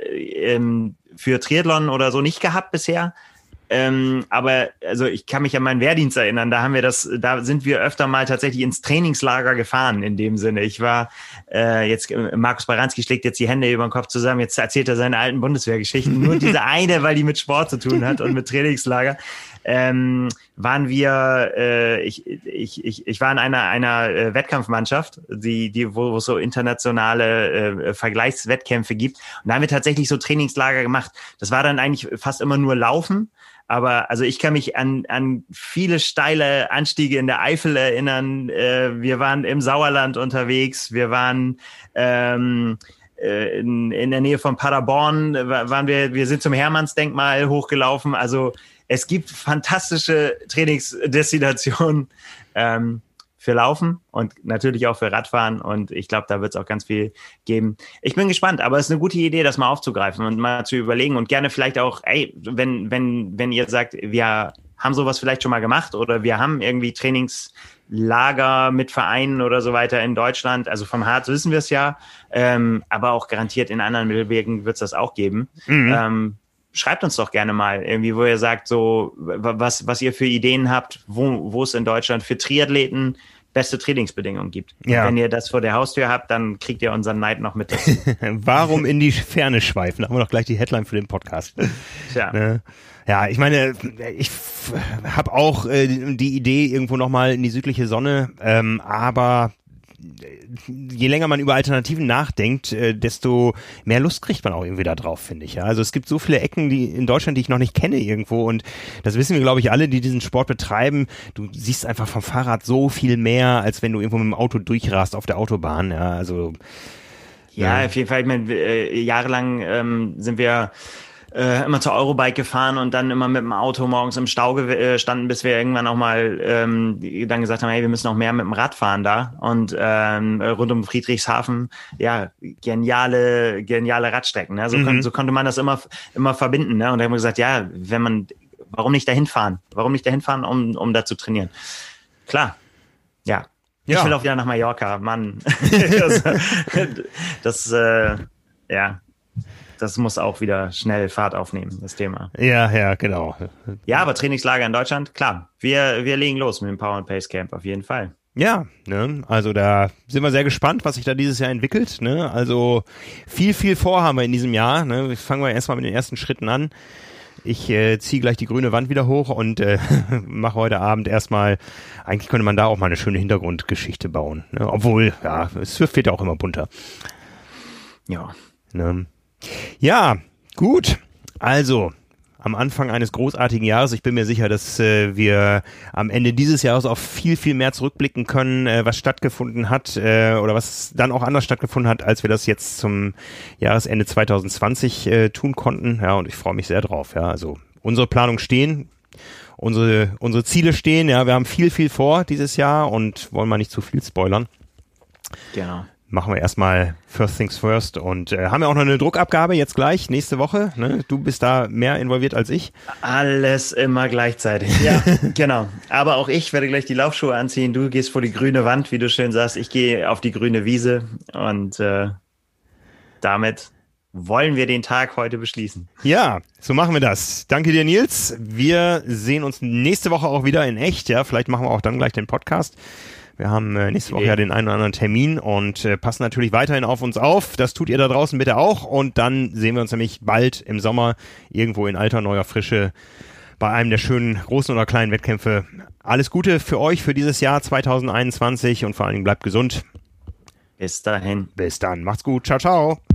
für Triathlon oder so nicht gehabt bisher. Aber also ich kann mich an meinen Wehrdienst erinnern, da sind wir öfter mal tatsächlich ins Trainingslager gefahren in dem Sinne. Ich war jetzt, Markus Baranski schlägt jetzt die Hände über den Kopf zusammen, jetzt erzählt er seine alten Bundeswehrgeschichten, nur diese eine, weil die mit Sport zu tun hat und mit Trainingslager. waren wir, ich war in einer Wettkampfmannschaft, wo es so internationale Vergleichswettkämpfe gibt. Und da haben wir tatsächlich so Trainingslager gemacht. Das war dann eigentlich fast immer nur Laufen. Aber also ich kann mich an viele steile Anstiege in der Eifel erinnern. Wir waren im Sauerland unterwegs. Wir waren in der Nähe von Paderborn. Wir sind zum Hermannsdenkmal hochgelaufen. Also es gibt fantastische Trainingsdestinationen für Laufen und natürlich auch für Radfahren. Und ich glaube, da wird es auch ganz viel geben. Ich bin gespannt, aber es ist eine gute Idee, das mal aufzugreifen und mal zu überlegen und gerne vielleicht auch, wenn ihr sagt, wir haben sowas vielleicht schon mal gemacht oder wir haben irgendwie Trainingslager mit Vereinen oder so weiter in Deutschland. Also vom Harz wissen wir es ja, aber auch garantiert in anderen Mittelwegen wird es das auch geben. Mhm. Schreibt uns doch gerne mal irgendwie, wo ihr sagt, so was ihr für Ideen habt, wo es in Deutschland für Triathleten beste Trainingsbedingungen gibt. Ja. Wenn ihr das vor der Haustür habt, dann kriegt ihr unseren Neid noch mit. Warum in die Ferne schweifen? Da haben wir doch gleich die Headline für den Podcast. Tja. Ne? Ja, ich meine, ich habe auch die Idee irgendwo nochmal in die südliche Sonne, aber je länger man über Alternativen nachdenkt, desto mehr Lust kriegt man auch irgendwie da drauf, finde ich. Ja? Also es gibt so viele Ecken in Deutschland, die ich noch nicht kenne irgendwo und das wissen wir, glaube ich, alle, die diesen Sport betreiben. Du siehst einfach vom Fahrrad so viel mehr, als wenn du irgendwo mit dem Auto durchrast auf der Autobahn. Ja, also ja, auf jeden Fall. Ich meine, jahrelang sind wir immer zur Eurobike gefahren und dann immer mit dem Auto morgens im Stau standen, bis wir irgendwann auch mal dann gesagt haben, hey, wir müssen noch mehr mit dem Rad fahren da. Und rund um Friedrichshafen, ja, geniale Radstrecken. Ne? So konnte man das immer verbinden. Ne? Und da haben wir gesagt, ja, warum nicht dahin fahren? Warum nicht dahin fahren, um da zu trainieren? Klar, ja. Ich will auch wieder nach Mallorca, Mann. Das muss auch wieder schnell Fahrt aufnehmen, das Thema. Ja, genau. Ja, aber Trainingslager in Deutschland, klar. Wir legen los mit dem Power and Pace Camp, auf jeden Fall. Ja, ne, also da sind wir sehr gespannt, was sich da dieses Jahr entwickelt. Ne? Also viel vorhaben wir in diesem Jahr. Ne? Fangen wir erstmal mit den ersten Schritten an. Ich ziehe gleich die grüne Wand wieder hoch und mache heute Abend erstmal, eigentlich könnte man da auch mal eine schöne Hintergrundgeschichte bauen. Ne? Obwohl, ja, es wird ja auch immer bunter. Ja. Ne? Ja, gut. Also, am Anfang eines großartigen Jahres. Ich bin mir sicher, dass wir am Ende dieses Jahres auf viel mehr zurückblicken können, was stattgefunden hat oder was dann auch anders stattgefunden hat, als wir das jetzt zum Jahresende 2020 tun konnten. Ja, und ich freue mich sehr drauf. Ja, also unsere Planungen stehen, unsere Ziele stehen. Ja, wir haben viel vor dieses Jahr und wollen mal nicht zu viel spoilern. Genau. Machen wir erstmal First Things First und haben ja auch noch eine Druckabgabe jetzt gleich, nächste Woche. Ne? Du bist da mehr involviert als ich. Alles immer gleichzeitig. Ja, genau. Aber auch ich werde gleich die Laufschuhe anziehen. Du gehst vor die grüne Wand, wie du schön sagst. Ich gehe auf die grüne Wiese und damit wollen wir den Tag heute beschließen. Ja, so machen wir das. Danke dir, Nils. Wir sehen uns nächste Woche auch wieder in echt. Ja, vielleicht machen wir auch dann gleich den Podcast. Wir haben nächste Woche ja den einen oder anderen Termin und passen natürlich weiterhin auf uns auf. Das tut ihr da draußen bitte auch. Und dann sehen wir uns nämlich bald im Sommer irgendwo in alter, neuer Frische bei einem der schönen großen oder kleinen Wettkämpfe. Alles Gute für euch für dieses Jahr 2021 und vor allen Dingen bleibt gesund. Bis dahin. Bis dann. Macht's gut. Ciao, ciao.